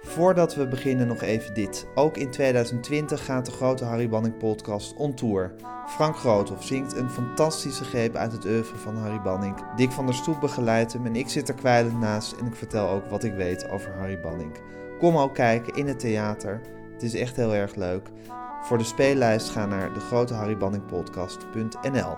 Voordat we beginnen nog even dit. Ook in 2020 gaat de grote Harry Banning podcast on tour. Frank Groothoff zingt een fantastische greep uit het oeuvre van Harry Banning. Dick van der Stoep begeleidt hem en ik zit er kwijlend naast en ik vertel ook wat ik weet over Harry Banning. Kom ook kijken in het theater. Het is echt heel erg leuk. Voor de speellijst ga naar degroteharrybanningpodcast.nl.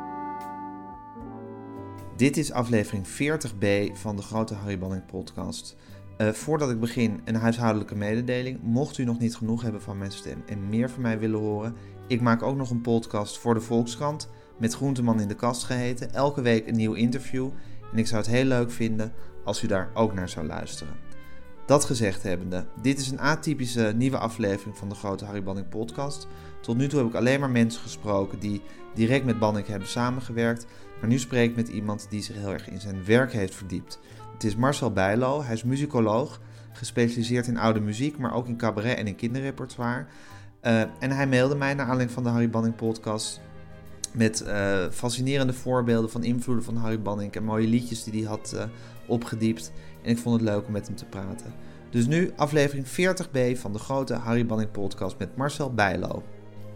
Dit is aflevering 40b van de grote Harry Banning podcast. Voordat ik begin, een huishoudelijke mededeling. Mocht u nog niet genoeg hebben van mijn stem en meer van mij willen horen, ik maak ook nog een podcast voor de Volkskrant, met Groenteman in de kast geheten. Elke week een nieuw interview en ik zou het heel leuk vinden als u daar ook naar zou luisteren. Dat gezegd hebbende, dit is een atypische nieuwe aflevering van de grote Harry Banning podcast. Tot nu toe heb ik alleen maar mensen gesproken die direct met Banning hebben samengewerkt, maar nu spreek ik met iemand die zich heel erg in zijn werk heeft verdiept. Het is Marcel Bijlo, hij is muzikoloog, gespecialiseerd in oude muziek, maar ook in cabaret en in kinderrepertoire. En hij mailde mij naar aanleiding van de Harry Banning podcast met fascinerende voorbeelden van invloeden van Harry Banning en mooie liedjes die hij had opgediept. En ik vond het leuk om met hem te praten. Dus nu aflevering 40b van de grote Harry Banning podcast met Marcel Bijlo.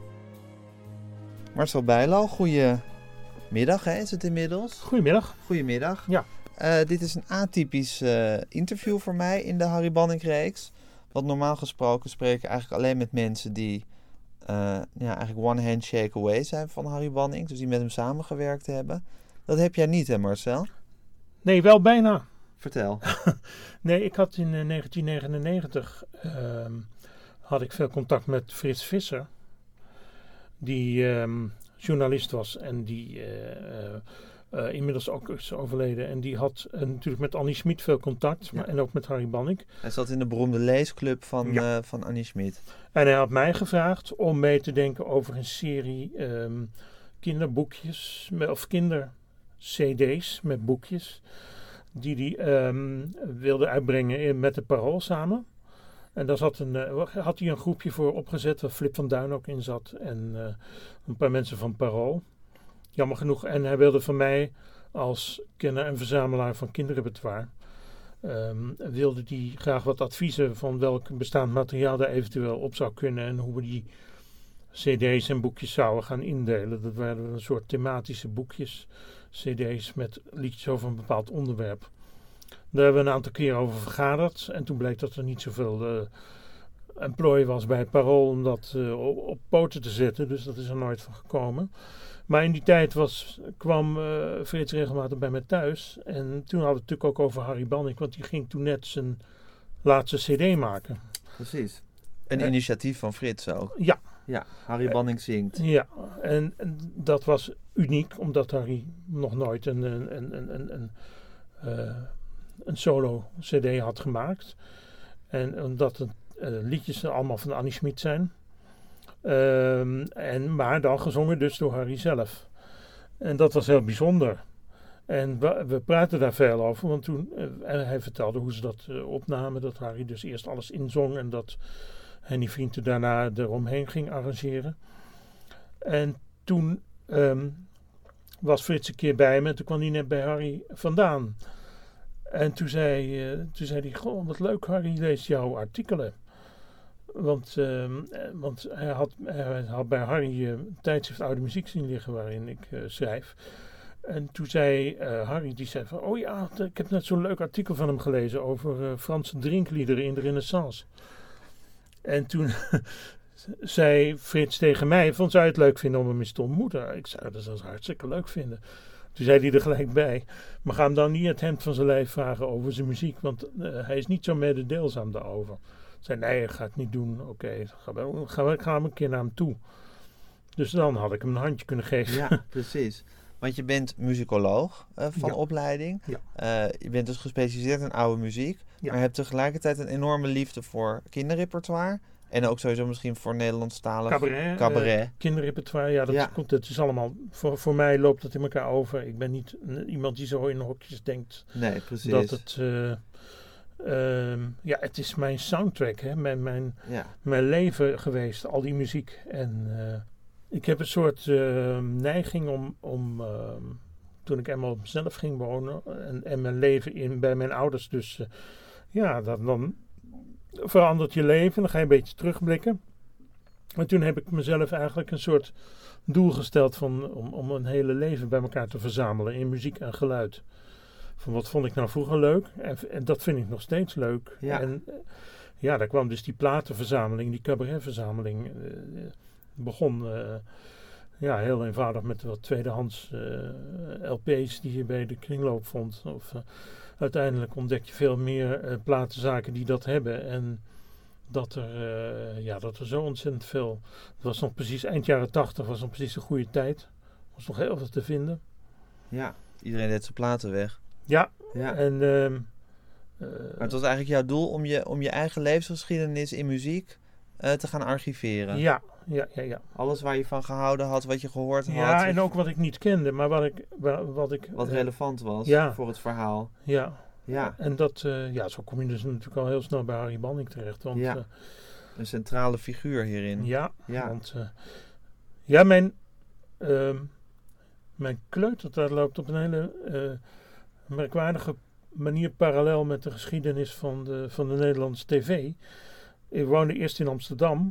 Marcel Bijlo, goedemiddag hè, is het inmiddels? Goedemiddag. Goedemiddag. Ja. Dit is een atypisch interview voor mij in de Harry Banning reeks. Want normaal gesproken spreek ik eigenlijk alleen met mensen die eigenlijk one handshake away zijn van Harry Banning. Dus die met hem samengewerkt hebben. Dat heb jij niet hè Marcel? Nee, wel bijna. Vertel. Nee, ik had in 1999 had ik veel contact met Frits Visser. Die journalist was en die inmiddels ook is overleden. En die had natuurlijk met Annie Schmid veel contact. Ja. En ook met Harry Banning. Hij zat in de beroemde leesclub van Annie Schmid. En hij had mij gevraagd om mee te denken over een serie kinderboekjes. Of kindercd's met boekjes. Die hij wilde uitbrengen met de Parool samen. En daar had hij een groepje voor opgezet waar Flip van Duin ook in zat. En een paar mensen van Parool. Jammer genoeg. En hij wilde van mij als kenner en verzamelaar van kinderrepertoire. Wilde hij graag wat adviezen van welk bestaand materiaal daar eventueel op zou kunnen. En hoe we die cd's en boekjes zouden gaan indelen. Dat waren een soort thematische boekjes. Cd's met liedjes over een bepaald onderwerp. Daar hebben we een aantal keer over vergaderd. En toen bleek dat er niet zoveel employ was bij het Parool om dat op poten te zetten. Dus dat is er nooit van gekomen. Maar in die tijd kwam Frits regelmatig bij mij thuis. En toen hadden we het natuurlijk ook over Harry Banning. Want die ging toen net zijn laatste cd maken. Precies. Een initiatief van Frits ook. Ja. Ja, Harry Banning zingt. Ja, en dat was uniek. Omdat Harry nog nooit een solo cd had gemaakt. En omdat de liedjes allemaal van Annie Schmid zijn. Maar dan gezongen dus door Harry zelf. En dat was heel bijzonder. En we praten daar veel over. Want toen hij vertelde hoe ze dat opnamen. Dat Harry dus eerst alles inzong. En dat Henny Vrienden daarna eromheen ging arrangeren. En toen was Frits een keer bij me. En toen kwam hij net bij Harry vandaan. En toen zei hij, goh, wat leuk Harry, lees jouw artikelen. Want hij had bij Harry een tijdschrift oude muziek zien liggen waarin ik schrijf. En toen zei Harry, die zei van, oh ja, ik heb net zo'n leuk artikel van hem gelezen over Franse drinkliederen in de Renaissance. En toen zei Frits tegen mij, zou je het leuk vinden om hem eens te ontmoeten? Ik zei, dat zou ik hartstikke leuk vinden. Toen zei hij er gelijk bij, maar ga hem dan niet het hemd van zijn lijf vragen over zijn muziek, want hij is niet zo mededeelzaam daarover. Ik zei, nee, dat ga ik niet doen. Oké, ga een keer naar hem toe. Dus dan had ik hem een handje kunnen geven. Ja, precies. Want je bent muzikoloog van opleiding. Ja. Je bent dus gespecialiseerd in oude muziek. Ja. Maar je hebt tegelijkertijd een enorme liefde voor kinderrepertoire. En ook sowieso misschien voor Nederlandstalig cabaret. Kinderrepertoire, ja, dat is allemaal... Voor mij loopt dat in elkaar over. Ik ben niet iemand die zo in hokjes denkt. Nee, precies. Dat het... het is mijn soundtrack, hè? Mijn leven geweest, al die muziek. En ik heb een soort neiging om toen ik eenmaal op mezelf ging wonen en mijn leven bij mijn ouders dus, dan verandert je leven. Dan ga je een beetje terugblikken. En toen heb ik mezelf eigenlijk een soort doel gesteld om een hele leven bij elkaar te verzamelen in muziek en geluid. Van wat vond ik nou vroeger leuk? En dat vind ik nog steeds leuk. Ja. En daar kwam dus die platenverzameling, die cabaretverzameling. Begon heel eenvoudig met wat tweedehands LP's die je bij de kringloop vond. Uiteindelijk ontdek je veel meer platenzaken die dat hebben. En dat er zo ontzettend veel. Het was nog precies eind jaren 80, was nog precies de goede tijd. Er was nog heel veel te vinden. Ja, iedereen deed zijn platen weg. Ja. En, maar het was eigenlijk jouw doel om je eigen levensgeschiedenis in muziek te gaan archiveren. Ja. Alles waar je van gehouden had, wat je gehoord had. Ja, en ook wat ik niet kende, maar wat relevant was voor het verhaal. Ja. En dat, zo kom je dus natuurlijk al heel snel bij Harry Banning terecht. Want, een centrale figuur hierin. Ja. Want mijn kleutertijd loopt op een hele merkwaardige manier parallel met de geschiedenis van de Nederlandse tv. Ik woonde eerst in Amsterdam.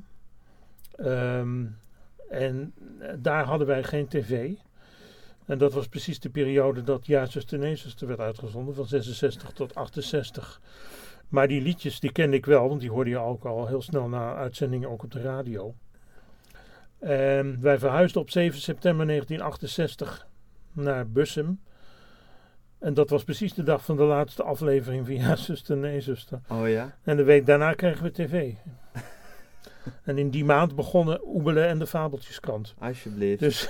En daar hadden wij geen tv. En dat was precies de periode dat Ja, zuster, nee, zuster werd uitgezonden. Van 66 tot 68. Maar die liedjes, die kende ik wel. Want die hoorde je ook al heel snel na uitzendingen ook op de radio. Wij verhuisden op 7 september 1968 naar Bussum. En dat was precies de dag van de laatste aflevering van Ja, zuster, nee, zuster. Oh ja? En de week daarna kregen we tv. En in die maand begonnen Oebelen en de Fabeltjeskrant. Alsjeblieft. Dus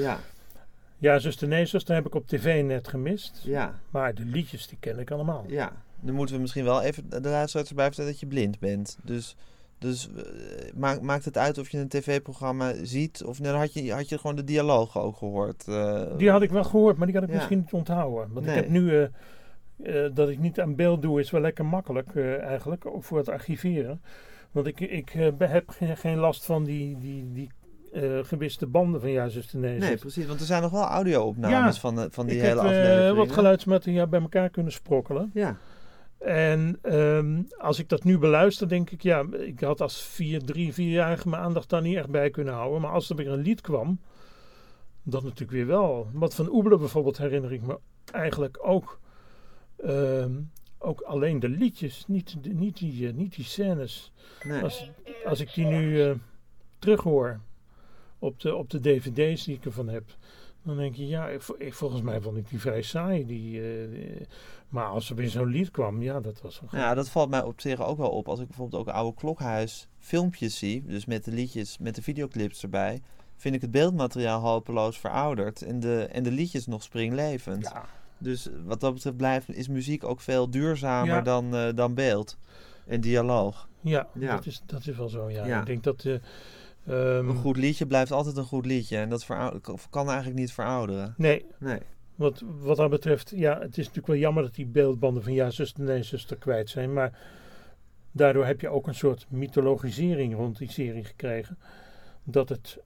Ja, zuster, nee, zuster heb ik op tv net gemist. Ja. Maar de liedjes, die ken ik allemaal. Ja, dan moeten we misschien wel even de luisteraars erbij vertellen dat je blind bent. Dus maakt het uit of je een tv-programma ziet? Of dan had je gewoon de dialoog ook gehoord? Die had ik wel gehoord, maar die had ik misschien niet onthouden. Want ik heb nu, dat ik niet aan beeld doe, is wel lekker makkelijk eigenlijk, ook voor het archiveren. Want ik heb geen last van die gewiste banden van Ja, zuster, nee, zuster. Nee, precies, want er zijn nog wel audio-opnames van die hele aflevering. Ik heb wat geluidsmateriaal bij elkaar kunnen sprokkelen. Ja. En als ik dat nu beluister, denk ik, ik had als 3-4-jarige mijn aandacht daar niet echt bij kunnen houden. Maar als er weer een lied kwam, dat natuurlijk weer wel. Wat van Oebelen bijvoorbeeld herinner ik me eigenlijk ook. Ook alleen de liedjes, niet die scènes. Nee. Als ik die nu terughoor op de dvd's die ik ervan heb, dan denk je, volgens mij vond ik die vrij saai. Maar als er weer zo'n lied kwam, dat was wel goed. Ja, dat valt mij op zich ook wel op. Als ik bijvoorbeeld ook oude Klokhuis filmpjes zie, dus met de liedjes, met de videoclips erbij, vind ik het beeldmateriaal hopeloos verouderd en de liedjes nog springlevend. Ja. Dus wat dat betreft is muziek ook veel duurzamer dan beeld en dialoog. Ja. Dat is wel zo. Ja. Ik denk dat een goed liedje blijft altijd een goed liedje en dat kan eigenlijk niet verouderen. Nee. Wat dat betreft, het is natuurlijk wel jammer dat die beeldbanden van Ja, zuster, nee, zuster kwijt zijn. Maar daardoor heb je ook een soort mythologisering rond die serie gekregen. Dat het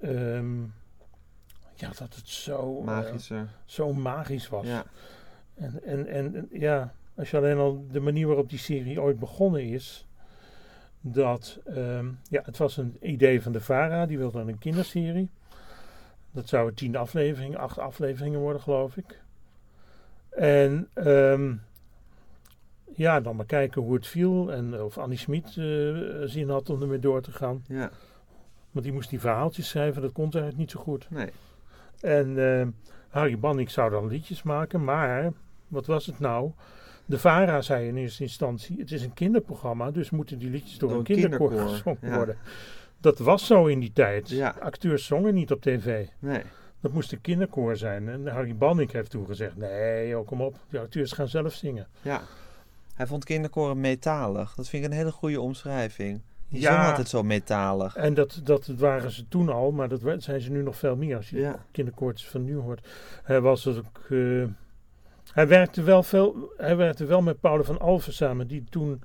zo magisch was. Ja. En als je alleen al de manier waarop die serie ooit begonnen is. Dat, het was een idee van de VARA, die wilde een kinderserie. Dat zou 10 afleveringen, 8 afleveringen worden, geloof ik. En dan maar kijken hoe het viel. En of Annie Schmid zin had om ermee door te gaan. Ja. Want die moest die verhaaltjes schrijven, dat kon eigenlijk niet zo goed. Nee. En Harry Banning zou dan liedjes maken, maar wat was het nou? De VARA zei in eerste instantie, het is een kinderprogramma, dus moeten die liedjes door een kinderkoor gezongen worden. Dat was zo in die tijd. Ja. Acteurs zongen niet op tv. Nee. Dat moest een kinderkoor zijn. En Harry Banning heeft toen gezegd, nee, kom op, de acteurs gaan zelf zingen. Ja. Hij vond kinderkoren metalig. Dat vind ik een hele goede omschrijving. Die zong altijd zo metalig. En dat waren ze toen al, maar dat zijn ze nu nog veel meer. Als je kinderkoortjes van nu hoort. Hij werkte wel met Paul van Alphen samen, die toen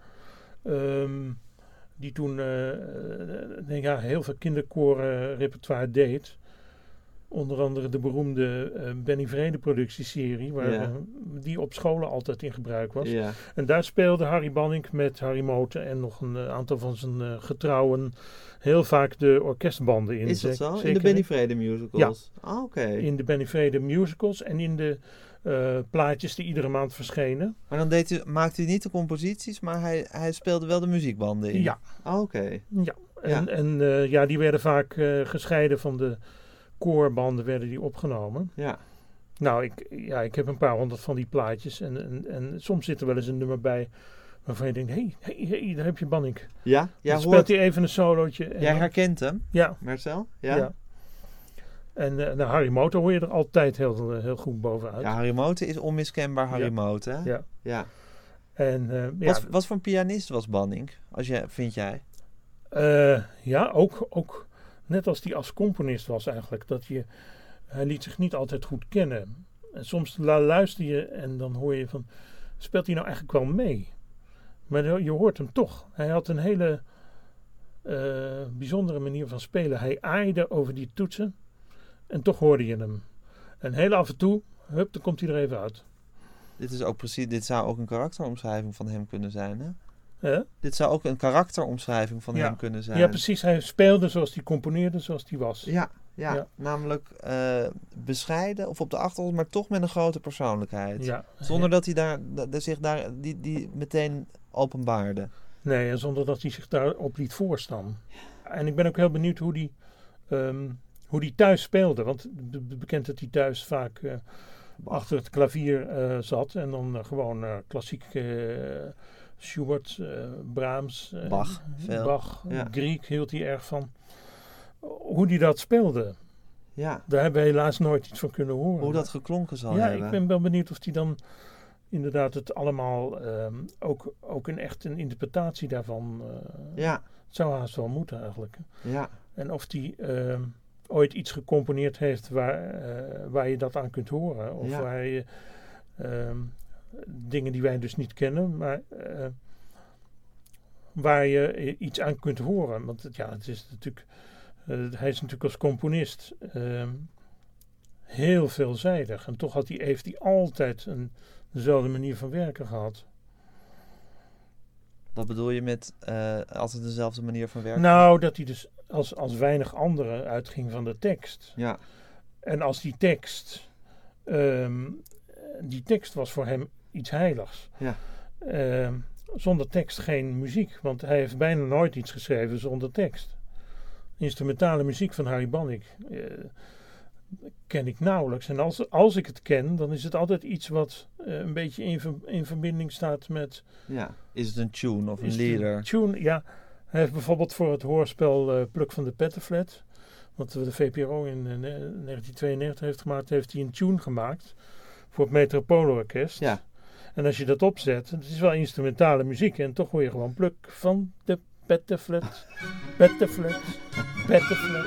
heel veel kinderkoren repertoire deed. Onder andere de beroemde Benny Vrede productieserie, waar die op scholen altijd in gebruik was. Ja. En daar speelde Harry Banning met Harry Moten en nog een aantal van zijn getrouwen heel vaak de orkestbanden in. Is dat zo? Zeker In de Benny Vrede musicals? Ja. Ah, oké. In de Benny Vrede musicals en in de plaatjes die iedere maand verschenen. Maar dan maakte hij niet de composities, maar hij speelde wel de muziekbanden in? Ja. Ah, oké. Ja. En die werden vaak gescheiden van de koorbanden werden die opgenomen. Ja. Nou, ik heb een paar honderd van die plaatjes en soms zit er wel eens een nummer bij waarvan je denkt, hey, daar heb je Banning. Ja? Dan speelt hij even een solootje. Jij herkent hem? Ja. Marcel? Ja. En Harry Moten hoor je er altijd heel goed bovenuit. Ja, Harry Moten is onmiskenbaar Harry Moten. Hè? Ja. En, wat voor een pianist was Banning, vind jij? Ook net als hij als componist was eigenlijk. Hij liet zich niet altijd goed kennen. En soms luister je en dan hoor je van, speelt hij nou eigenlijk wel mee? Maar je hoort hem toch. Hij had een hele bijzondere manier van spelen. Hij aaide over die toetsen en toch hoorde je hem. En heel af en toe, dan komt hij er even uit. Dit zou ook een karakteromschrijving van hem kunnen zijn, hè? Ja? Dit zou ook een karakteromschrijving van hem kunnen zijn. Ja, precies. Hij speelde zoals hij componeerde, zoals hij was. Ja. Namelijk bescheiden of op de achtergrond, maar toch met een grote persoonlijkheid. Ja. Zonder dat hij zich die meteen openbaarde. Nee, en zonder dat hij zich daarop liet voorstaan. En ik ben ook heel benieuwd hoe die thuis speelde. Want bekend dat hij thuis vaak achter het klavier zat. En dan gewoon klassiek Schubert, Brahms, Bach, Griek hield hij erg van. Hoe die dat speelde. Ja. Daar hebben we helaas nooit iets van kunnen horen. Hoe dat geklonken zal hebben. Ja, ik ben wel benieuwd of hij dan inderdaad het allemaal ook een interpretatie daarvan het zou haast wel moeten eigenlijk. Ja. En of hij ooit iets gecomponeerd heeft waar je dat aan kunt horen. Of waar je dingen die wij dus niet kennen, maar waar je iets aan kunt horen. Want het is natuurlijk... hij is natuurlijk als componist heel veelzijdig. En toch heeft hij altijd dezelfde manier van werken gehad. Wat bedoel je met altijd dezelfde manier van werken? Nou, dat hij dus als weinig anderen uitging van de tekst. Ja. En als die tekst was voor hem iets heiligs. Ja. Zonder tekst geen muziek. Want hij heeft bijna nooit iets geschreven zonder tekst. Instrumentale muziek van Harry Banning ken ik nauwelijks. En als ik het ken, dan is het altijd iets wat een beetje in verbinding staat met... Ja, is het een tune of een lieder? Tune, ja. Hij heeft bijvoorbeeld voor het hoorspel Pluk van de Pettenflat, wat de VPRO in 1992 heeft gemaakt, heeft hij een tune gemaakt voor het Metropoolorkest. Ja. En als je dat opzet, het is wel instrumentale muziek en toch hoor je gewoon Pluk van de Pettenflat, Pettenflat, Pettenflat.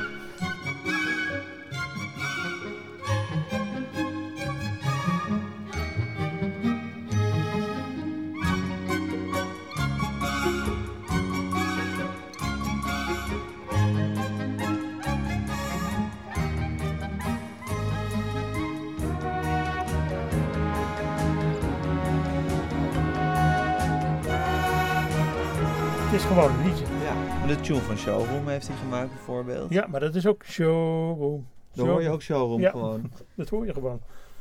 Het is gewoon een liedje. Ja, de tune van Showroom heeft hij gemaakt bijvoorbeeld. Ja, maar dat is ook Showroom. Dan hoor je ook Showroom gewoon. Dat hoor je gewoon.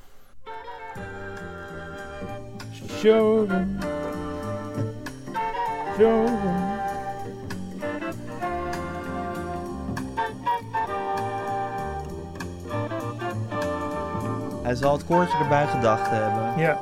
Showroom. Showroom. Hij zal het koortje erbij gedacht hebben. Ja.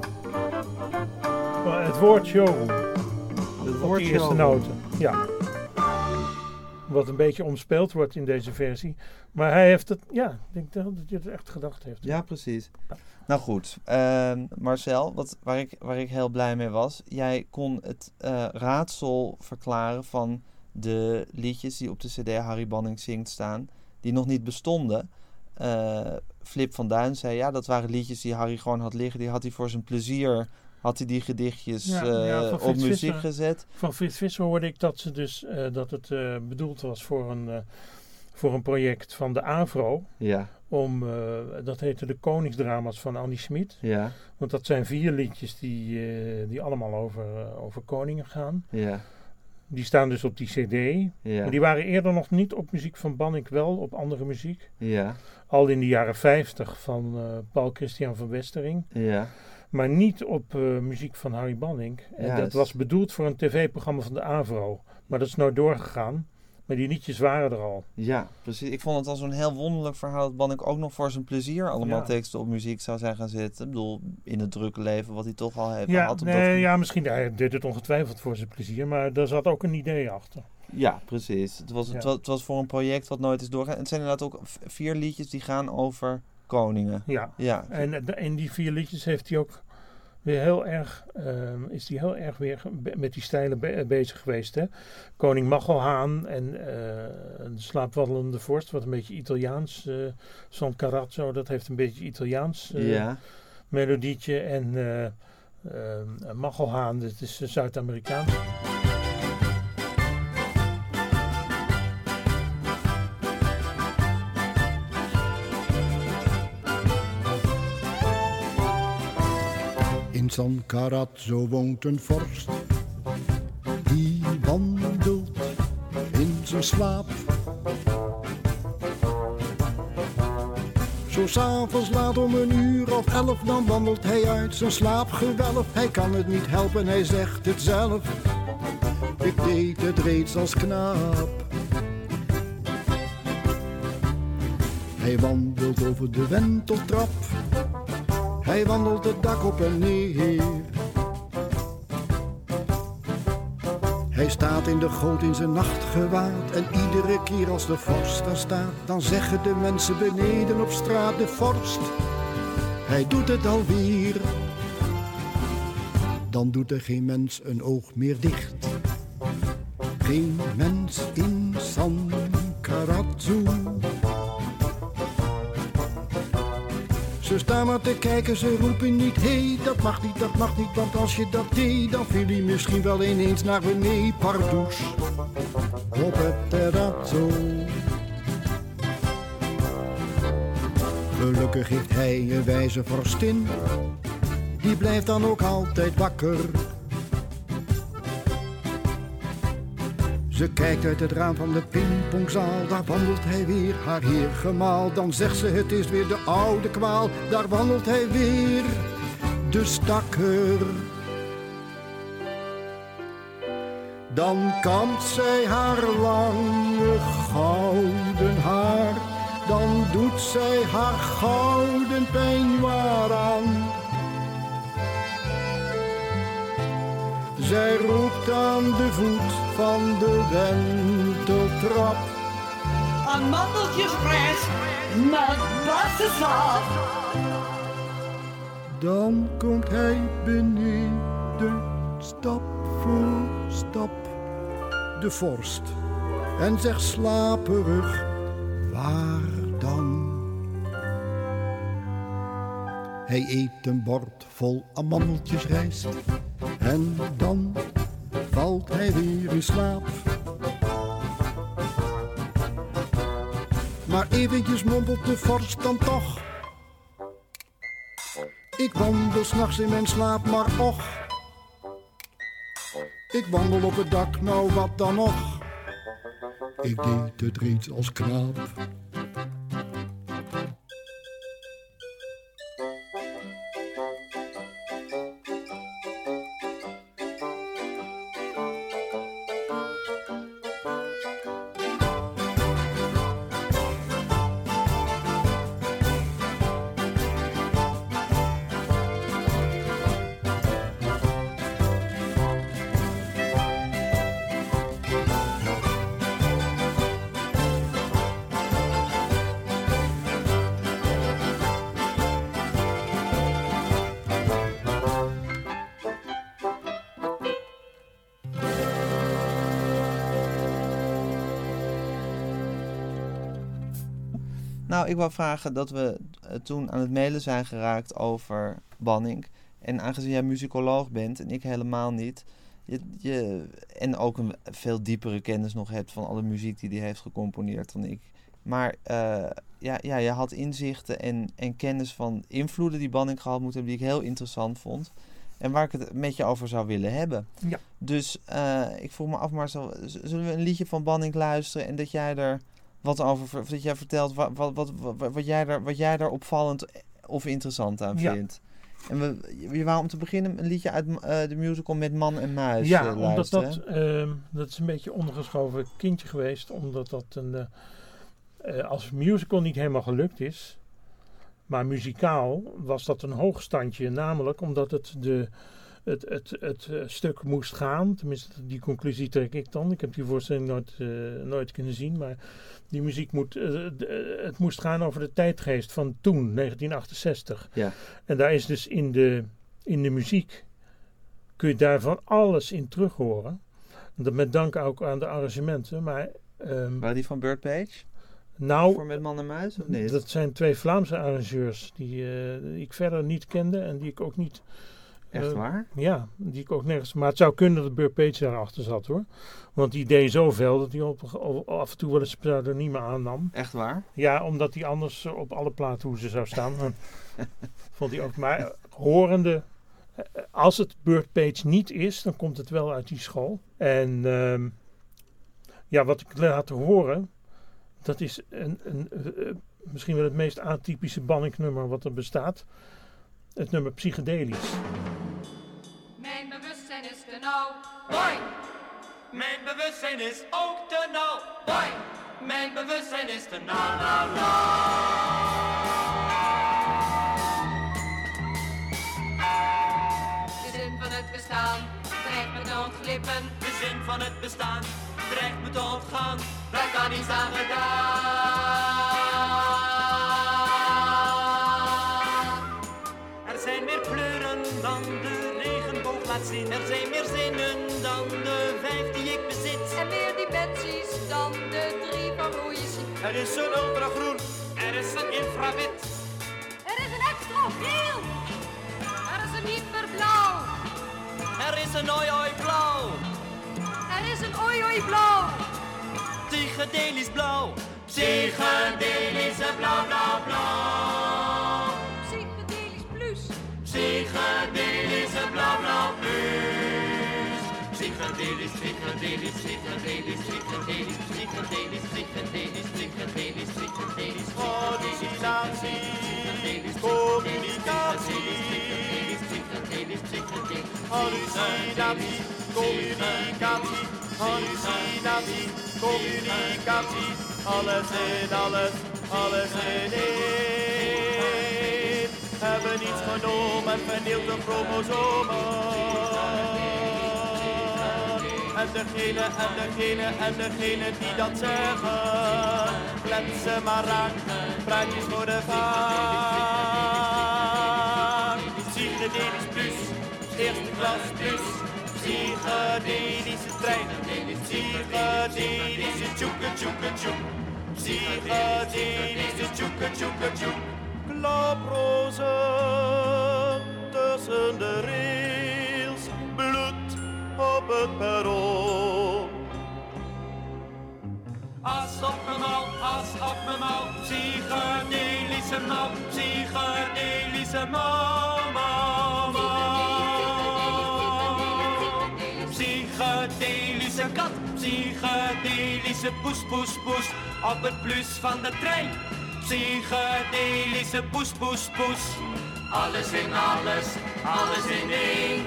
Maar het woord showroom. Het woord die eerste showroom. noten. Ja. Wat een beetje omspeeld wordt in deze versie. Maar hij heeft het, ja, ik denk dat hij het echt gedacht heeft. Ja, precies. Nou goed, Marcel, waar ik heel blij mee was. Jij kon het raadsel verklaren van de liedjes die op de cd Harry Banning zingt staan, die nog niet bestonden. Flip van Duin zei, ja, dat waren liedjes die Harry gewoon had liggen. Die had hij voor zijn plezier, had hij die gedichtjes op muziek gezet. Van Frits Visser hoorde ik dat het bedoeld was voor voor een project van de AVRO. Ja. Dat heette de Koningsdrama's van Annie Schmid. Ja. Want dat zijn 4 liedjes die allemaal over koningen gaan. Ja. Die staan dus op die cd. Ja. Maar die waren eerder nog niet op muziek van Bannink, wel op andere muziek. Ja. Al in de jaren 50 van Paul Christian van Westering. Ja. Maar niet op muziek van Harry Bannink. En dat was bedoeld voor een tv-programma van de AVRO. Maar dat is nooit doorgegaan. Maar die liedjes waren er al. Ja, precies. Ik vond het al zo'n heel wonderlijk verhaal dat Bannink ook nog voor zijn plezier allemaal teksten op muziek zou zijn gaan zetten. Ik bedoel, in het drukke leven wat hij toch al heeft gehad. Ja, misschien. Hij deed het ongetwijfeld voor zijn plezier, maar daar zat ook een idee achter. Ja, precies. Het was voor een project wat nooit is doorgegaan. En het zijn inderdaad ook 4 liedjes die gaan over koningen. Ja. En in die 4 liedjes heeft hij ook weer heel erg weer met die stijlen bezig geweest. Hè? Koning Machelhaan en de slaapwandelende vorst, wat een beetje Italiaans, San Carazzo, dat heeft een beetje Italiaans melodietje. En Machelhaan, dat is Zuid-Amerikaans. In San Carazzo woont een vorst, die wandelt in zijn slaap. Zo 's avonds laat om 11:00, dan wandelt hij uit zijn slaapgewelf. Hij kan het niet helpen, hij zegt het zelf, ik deed het reeds als knaap. Hij wandelt over de wenteltrap, hij wandelt het dak op en neer. Hij staat in de goot in zijn nachtgewaad en iedere keer als de vorst daar staat, dan zeggen de mensen beneden op straat, de vorst, hij doet het alweer. Dan doet er geen mens een oog meer dicht. Geen mens in San Carazzo. Ze staan maar te kijken, ze roepen niet, hé, dat mag niet, want als je dat deed, dan viel hij misschien wel ineens naar beneden, pardoes, op het terrazzo. Gelukkig heeft hij een wijze vorstin, die blijft dan ook altijd wakker. Ze kijkt uit het raam van de pingpongzaal, daar wandelt hij weer, haar heer gemaal. Dan zegt ze, het is weer de oude kwaal, daar wandelt hij weer, de stakker. Dan kampt zij haar lange gouden haar, dan doet zij haar gouden peignoir aan. Zij roept aan de voet van de wenteltrap, een mandeltjesfles met bassensaap. Dan komt hij beneden, stap voor stap, de vorst, en zegt slaperig, waar dan? Hij eet een bord vol amandeltjesrijst en dan valt hij weer in slaap. Maar eventjes mompelt de vorst dan toch, ik wandel 's nachts in mijn slaap, maar och, ik wandel op het dak, nou wat dan nog, ik deed het reeds als knaap. Nou, ik wou vragen dat we toen aan het mailen zijn geraakt over Bannink. En aangezien jij muzikoloog bent en ik helemaal niet, en ook een veel diepere kennis nog hebt van alle muziek die hij heeft gecomponeerd dan ik. Maar je had inzichten en kennis van invloeden die Banning gehad moet hebben, die ik heel interessant vond. En waar ik het met je over zou willen hebben. Ja. Dus ik vroeg me af, Marcel, zullen we een liedje van Banning luisteren en dat jij er wat over, dat jij vertelt wat jij daar opvallend of interessant aan vindt? En we waren om te beginnen een liedje uit de musical Met Man en Muis luisteren. Omdat dat is een beetje ondergeschoven kindje geweest, omdat dat als musical niet helemaal gelukt is. Maar muzikaal was dat een hoogstandje, namelijk omdat het stuk moest gaan. Tenminste, die conclusie trek ik dan. Ik heb die voorstelling nooit kunnen zien, maar die muziek het moest gaan over de tijdgeest van toen, 1968. Ja. En daar is dus in de muziek, kun je daar van alles in terug horen. Dat met dank ook aan de arrangementen. Maar, waren die van Burt Page? Nou, voor Met Man en Muis of niet? Dat zijn 2 Vlaamse arrangeurs die ik verder niet kende en die ik ook niet... Echt waar? Ja, die ik ook nergens... Maar het zou kunnen dat Burt Page daarachter zat, hoor. Want die deed zoveel dat hij af en toe wel eens pseudoniemen aannam. Echt waar? Ja, omdat hij anders op alle plaathoezen zou staan. Vond hij ook. Maar horende... Als het Burt Page niet is, dan komt het wel uit die school. En wat ik laat horen... Dat is misschien wel het meest atypische Banning-nummer wat er bestaat. Het nummer Psychedelisch. Mijn bewustzijn is te nauw. Boy! Mijn bewustzijn is ook te nauw. Boy! Mijn bewustzijn is te nauw, De zin van het bestaan dreigt me te ontglippen. De zin van het bestaan dreigt me te ontgaan. Daar kan niets aan gedaan. Er zijn meer kleuren dan de regenboog laat zien. Er zijn meer zinnen dan de 5 die ik bezit. En meer dimensies dan de 3 van hoe je ziet. Er is een ultragroen. Er is een infrawit. Er is een extra geel. Er is een hyperblauw. Er is een oi blauw. Er is een oei blauw. Psychedelisch blauw. Psychedelisch blauw, blauw, blauw. Psychedelisch plus. Psychedelisch blauw, blauw plus. Psychedelisch, psychedelisch, psychedelisch, psychedelisch, psychedelisch, psychedelisch, psychedelisch, psychedelisch. Hallucinatie, communicatie. Hallucinatie, communicatie. Hallucinatie, communicatie. Alles in alles, alles in één. Hebben niets genomen, vernield de chromosomen. En degene die dat zeggen, let ze maar raak, praatjes worden vaak. Psychedelisch plus, eerste klas plus. Psychedelische trein, psychedelische tjoeke tjoeke tjoek. Psychedelische tjoeke tjoeke tjoek. Klaprozen tussen de rails, bloed op het perron. As op mijn mouw, psychedelische mouw, psychedelische mouw, mouw, mouw. Psychedelische kat, psychedelische poes, poes, poes, op het plus van de trein. Psychedelische poes, poes, poes. Alles in alles, alles in één,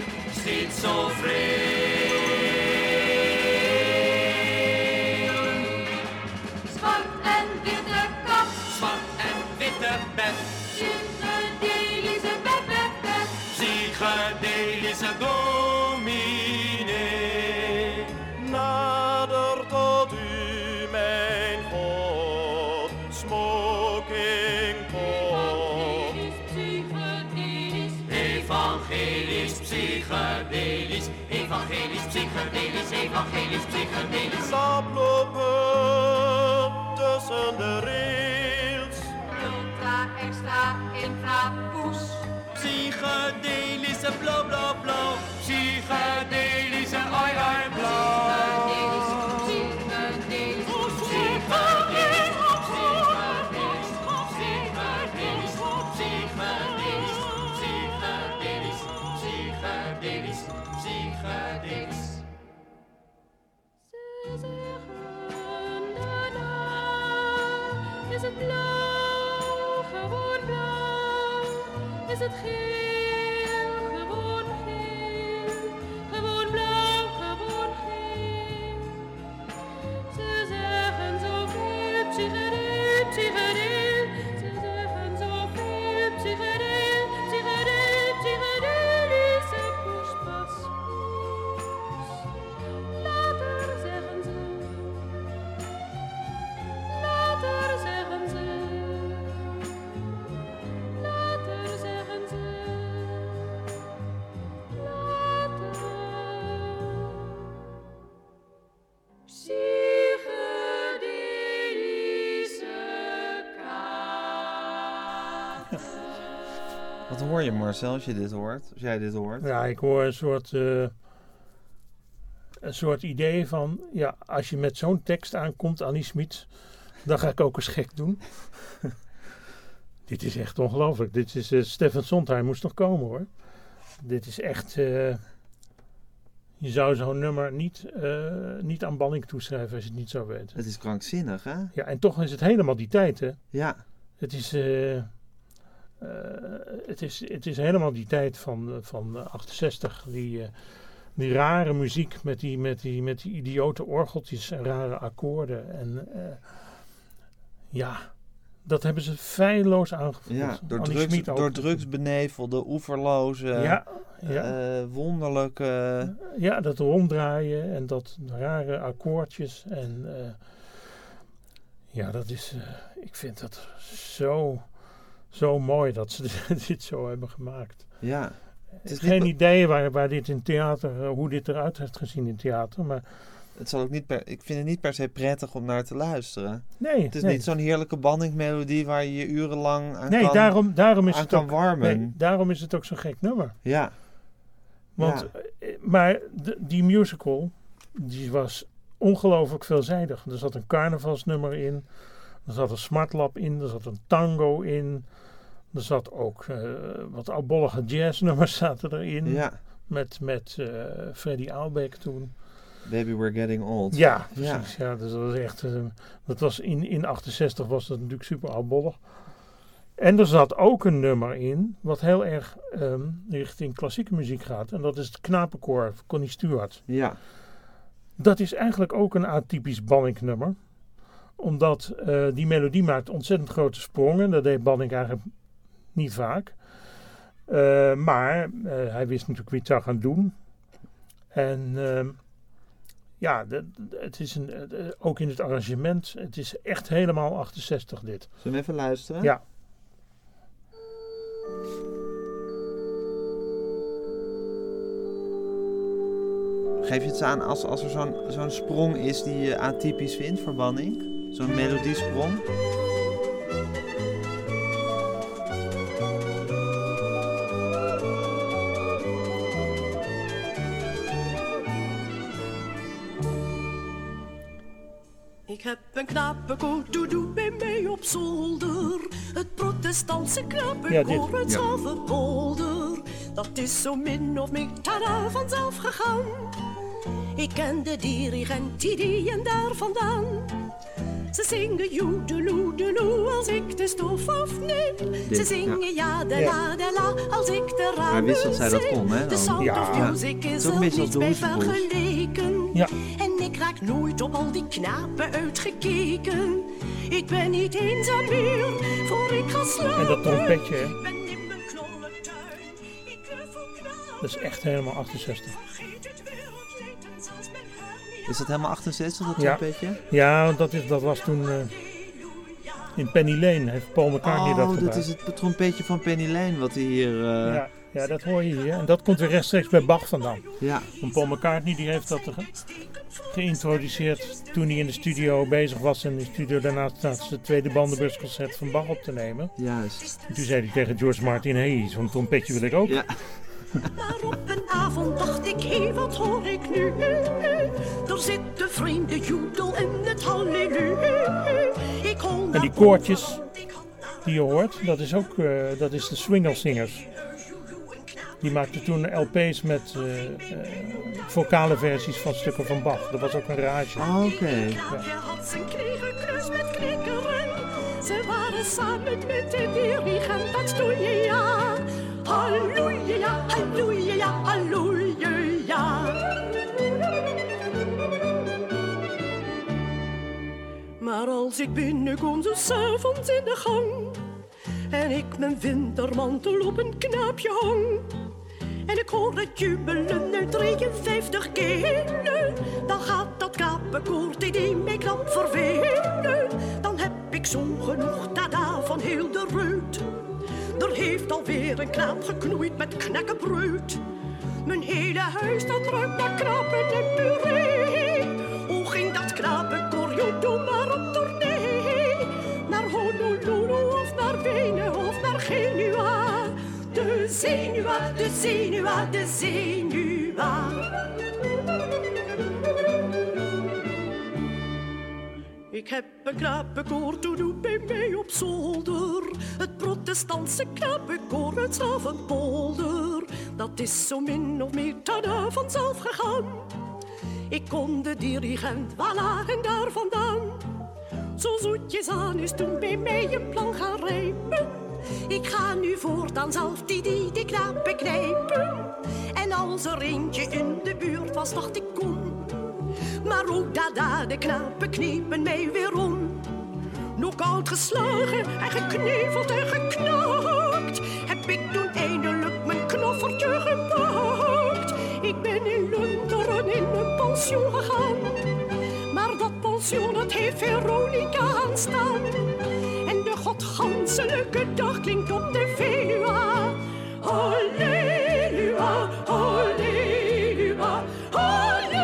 schizofreen. Zwart en witte kat. Zwart en witte bed. Psychedelische bed, bed, bed. Psychedelische dominee. Nader tot u, mijn God, smoking pot. Evangelisch, psychedelisch, evangelisch, psychedelisch, evangelisch, psychedelisch. Saplopen tussen de rails. Ultra, extra, infra, poes. Psychedelische blauw, blauw, blauw. Psychedelische oi, oi, blauw. Psychedelisch, psychedelisch, psychedelisch. is het geel, gewoon geel, gewoon blauw, gewoon geel. Ze zeggen zoveel psychedeel, psychedeel. Ze zeggen zoveel psychedeel, psychedeel, psychedelische poespas. Later zeggen ze, later zeggen ze, later zeggen ze, later. Psychedelische kaarten. Wat hoor je, Marcel, als je dit hoort? Als jij dit hoort? Ja, ik hoor een soort idee van, ja, als je met zo'n tekst aankomt, Annie Schmid, dan ga ik ook eens gek doen. Dit is echt ongelooflijk. Dit is Stefan Sondheim moest nog komen, hoor. Dit is echt, je zou zo'n nummer niet aan Banning toeschrijven als je het niet zou weten. Het is krankzinnig, hè? Ja, en toch is het helemaal die tijd, hè. Ja. Het is helemaal die tijd van 68. Die rare muziek met die idiote orgeltjes en rare akkoorden. En ja, dat hebben ze feilloos aangevoerd. Ja, Annie door drugs benevelde, oeverloze, wonderlijke... Ja, dat ronddraaien en dat rare akkoordjes. En ja, dat is... ik vind dat zo mooi dat ze dit zo hebben gemaakt. Ja. Ik heb geen idee waar dit in theater, hoe dit eruit heeft gezien in theater, maar... Het zal ook niet ik vind het niet per se prettig om naar te luisteren. Nee. Het is niet zo'n heerlijke Banning-melodie waar je je urenlang aan kan warmen. Nee, daarom is het ook zo'n gek nummer. Ja. Want, maar die musical, die was ongelooflijk veelzijdig. Er zat een carnavalsnummer in, er zat een smartlap in, er zat een tango in, er zat ook wat oudbollige jazznummers zaten erin. Ja. Met Freddie Aalbeck toen. Baby We're Getting Old. Ja, precies. Ja, dus dat was echt... dat was in 68 was dat natuurlijk super oudbollig. En er zat ook een nummer in, wat heel erg richting klassieke muziek gaat. En dat is het Knapenkoor van Connie Stewart. Ja. Dat is eigenlijk ook een atypisch Banning nummer. Omdat die melodie maakt ontzettend grote sprongen. Dat deed Banning eigenlijk niet vaak. Maar hij wist natuurlijk wie het zou gaan doen. En... ja, het is ook in het arrangement, het is echt helemaal 68 dit. Zullen we even luisteren? Ja. Geef je het aan als er zo'n sprong is die je atypisch vindt voor Banning? Zo'n melodiesprong? Ik heb een knapenkoor bij mij op zolder. Het protestantse knapenkoor uit Zavenpolder. Dat is zo min of meer tada vanzelf gegaan. Ik ken de dirigent die en daar vandaan. Ze zingen joedeloedeloe als ik de stof afneem. Ze zingen ja de la de la als ik de ramen Hij wist dat zij dat kon, hè? De Sound of Music is er niet bij vergeleken. Ja. En ik raak nooit op al die knapen uitgekeken. Ik ben niet eenzaam meer voor ik ga slapen. En dat trompetje, hè? Ben in mijn knollentuin. Ik knuffel knapen. Dat is echt helemaal 68. Is dat helemaal 68, dat trompetje? Ja, dat was toen in Penny Lane. Heeft Paul McCartney dat gebruikt. Dat is het trompetje van Penny Lane wat hij hier... Ja, dat hoor je hier. En dat komt weer rechtstreeks bij Bach vandaan. Ja. Want Paul McCartney die heeft dat geïntroduceerd toen hij in de studio bezig was. En in de studio daarnaast zijn tweede bandenburstconcert van Bach op te nemen. Juist. En toen zei hij tegen George Martin, hey, zo'n trompetje wil ik ook. Ja. Maar op een avond dacht ik, hé, wat hoor ik nu? Er zit de vreemde joedel en het halleluja. En die koortjes die je hoort, dat is de Swinglesingers. Die maakten toen LP's met vocale versies van stukken van Bach. Dat was ook een rage. Oké. Ja. Had zijn kniegeklus met knikkeren. Ze waren samen met de dirigent, dat doe je ja. Halleluja, halleluja, halleluja. Maar als ik binnenkom zo 's avonds in de gang en ik mijn wintermantel op een knaapje hang en ik hoor het jubelen uit 53 kelen, dan gaat dat knapenkoor die mij knap vervelen. Dan heb ik zo genoeg tada van heel de reut. Er heeft alweer een knaap geknoeid met knekkenbreud. Mijn hele huis dat ruikt naar knapen en puree. Hoe ging dat knapenkoor, joh, doe maar op tournee. Naar Honolulu of naar Wenen of naar Genua. De Zenua, de Zenua, de Zenua. Ik heb een knapenkoor, doe bij mij op zolder. Het protestantse knapenkoor uit Slavenpolder. Dat is zo min of meer tada vanzelf gegaan. Ik kon de dirigent voilà en daar vandaan. Zo zoetjes aan is toen bij mij een plan gaan rijpen. Ik ga nu voortaan zelf die knapen knijpen. En als er eentje in de buurt was, dacht ik kom. Maar ook dada, de knapen kniepen mij weer om. Knock-out geslagen en gekneveld en geknakt. Heb ik toen eindelijk mijn knoffertje gepakt. Ik ben in Lunteren in een pension gegaan. Maar dat pension, dat heeft Veronica aanstaan. En de godganselijke dag klinkt op de Veluwe. Halleluja, halleluja, halleluja.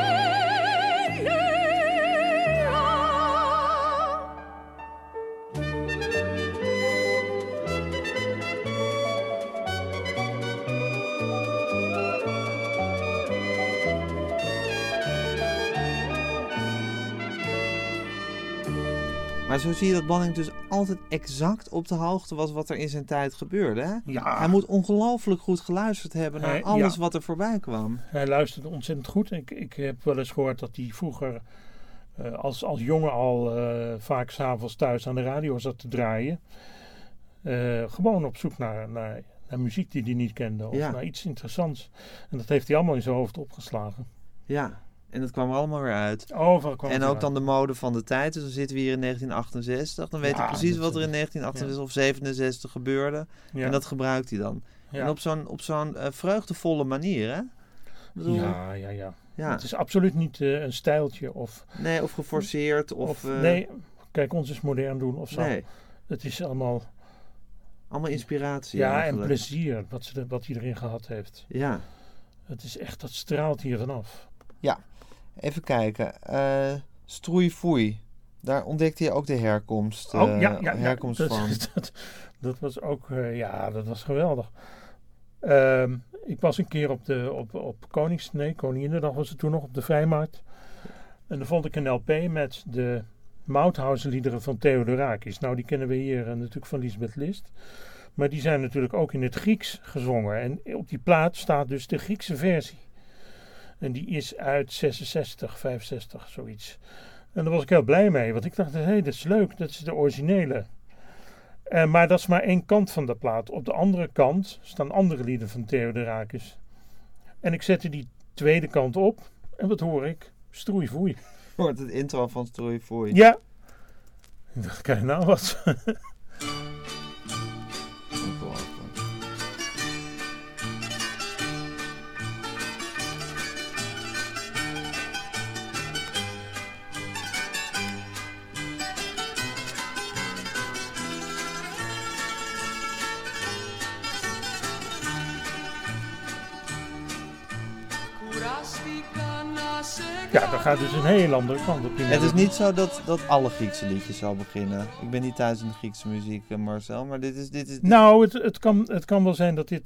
Maar zo zie je dat Banning dus altijd exact op de hoogte was wat er in zijn tijd gebeurde. Hè? Ja. Hij moet ongelooflijk goed geluisterd hebben naar alles wat er voorbij kwam. Hij luisterde ontzettend goed. Ik heb wel eens gehoord dat hij vroeger als jongen al vaak 's avonds thuis aan de radio zat te draaien. Gewoon op zoek naar muziek die hij niet kende of naar iets interessants. En dat heeft hij allemaal in zijn hoofd opgeslagen. Ja. En dat kwam er allemaal weer uit. Overal kwam en het ook dan de mode van de tijd. Dus dan zitten we hier in 1968. Dan weet hij precies wat er in 1968 of 67 gebeurde. Ja. En dat gebruikt hij dan. Ja. En op zo'n vreugdevolle manier, hè? Bedoel, ja. Het is absoluut niet een stijltje of... Nee, of geforceerd of... nee, kijk, ons is modern doen of zo. Nee. Het is allemaal... Allemaal inspiratie. Ja, eigenlijk. En plezier wat hij erin gehad heeft. Ja. Het is echt, dat straalt hier vanaf. Ja. Even kijken. Stroeifoei. Daar ontdekte je ook de herkomst. Herkomstvorm. Dat was ook... dat was geweldig. Ik was een keer op Koninginnedag was het toen nog op de Vrijmarkt. En dan vond ik een LP met de Mauthausen-liederen van Theodorakis. Nou, die kennen we hier natuurlijk van Lisbeth List. Maar die zijn natuurlijk ook in het Grieks gezongen. En op die plaat staat dus de Griekse versie. En die is uit 66, 65, zoiets. En daar was ik heel blij mee. Want ik dacht, dat is leuk. Dat is de originele. Maar dat is maar één kant van de plaat. Op de andere kant staan andere lieden van Theodorakis. En ik zette die tweede kant op. En wat hoor ik? Stroeifoei. Hoort het intro van Stroeifoei. Ja. Ik dacht, kijk nou wat. Ja, dat gaat dus een heel andere kant op. Het is niet zo dat alle Griekse liedjes zo beginnen. Ik ben niet thuis in de Griekse muziek, Marcel, maar dit is... Nou, het kan wel zijn dat dit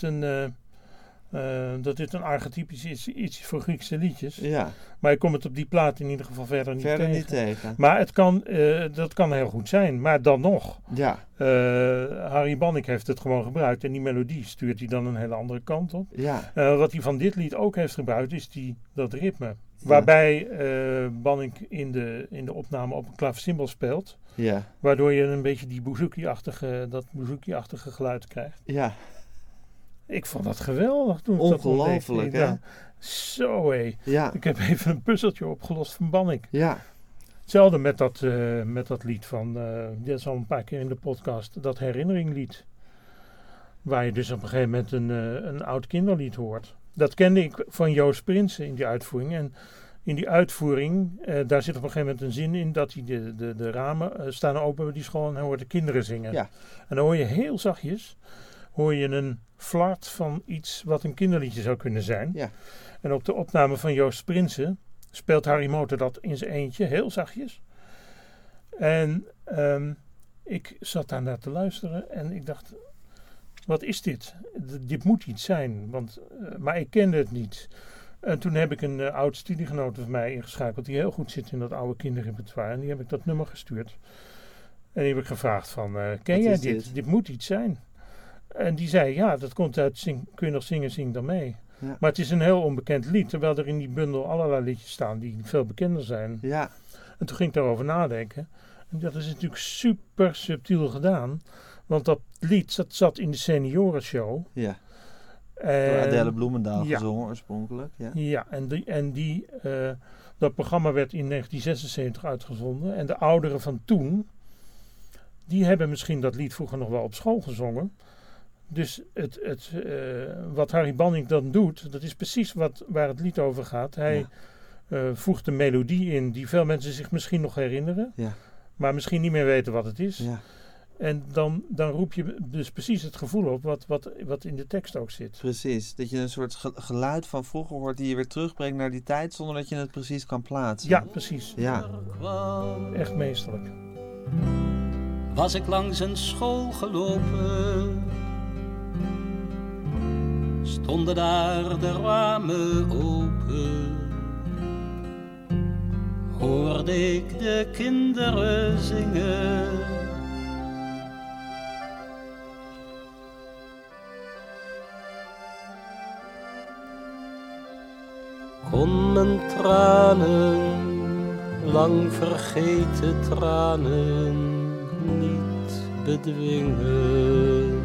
een archetypisch is, iets voor Griekse liedjes. Ja. Maar ik kom het op die plaat in ieder geval verder niet tegen. Maar dat kan heel goed zijn. Maar dan nog. Ja. Harry Banning heeft het gewoon gebruikt. En die melodie stuurt hij dan een hele andere kant op. Ja. Wat hij van dit lied ook heeft gebruikt is dat ritme. Ja. Waarbij Banning in de opname op een klaversymbol speelt. Ja. Waardoor je een beetje dat bouzouki-achtige geluid krijgt. Ja. Ik vond dat geweldig toen ik dat ontdekte. Ongelooflijk, hè? Zo, hé. Ja. Ik heb even een puzzeltje opgelost van Bannik. Ja. Hetzelfde met dat lied van, dit is al een paar keer in de podcast, dat herinneringlied. Waar je dus op een gegeven moment een oud kinderlied hoort. Dat kende ik van Joost Prinsen in die uitvoering. En in die uitvoering, daar zit op een gegeven moment een zin in dat die de ramen staan open bij die school en dan hoort de kinderen zingen. Ja. En dan hoor je heel zachtjes, een flart van iets wat een kinderliedje zou kunnen zijn. Ja. En op de opname van Joost Prinsen speelt Harry Motor dat in zijn eentje, heel zachtjes. En ik zat daar naar te luisteren en ik dacht, wat is dit? Dit moet iets zijn, maar ik kende het niet. En toen heb ik een oud studiegenoot van mij ingeschakeld die heel goed zit in dat oude kinderrepertoire. En die heb ik dat nummer gestuurd. En die heb ik gevraagd van, ken jij dit? Dit moet iets zijn. En die zei, ja, dat komt uit Kun je nog zingen, zing dan mee. Ja. Maar het is een heel onbekend lied, terwijl er in die bundel allerlei liedjes staan die veel bekender zijn. Ja. En toen ging ik daarover nadenken. En dat is natuurlijk super subtiel gedaan. Want dat lied zat in de seniorenshow. Ja. Door Adele Bloemendaal gezongen oorspronkelijk. Ja, ja dat programma werd in 1976 uitgezonden. En de ouderen van toen, die hebben misschien dat lied vroeger nog wel op school gezongen. Dus wat Harry Banning dan doet, dat is precies waar het lied over gaat. Hij voegt een melodie in die veel mensen zich misschien nog herinneren. Ja. Maar misschien niet meer weten wat het is. Ja. En dan roep je dus precies het gevoel op wat in de tekst ook zit. Precies, dat je een soort geluid van vroeger hoort die je weer terugbrengt naar die tijd zonder dat je het precies kan plaatsen. Ja, precies. Ja. Echt meesterlijk. Was ik langs een school gelopen, stonden daar de ramen open, hoorde ik de kinderen zingen. Kon mijn tranen, lang vergeten tranen, niet bedwingen.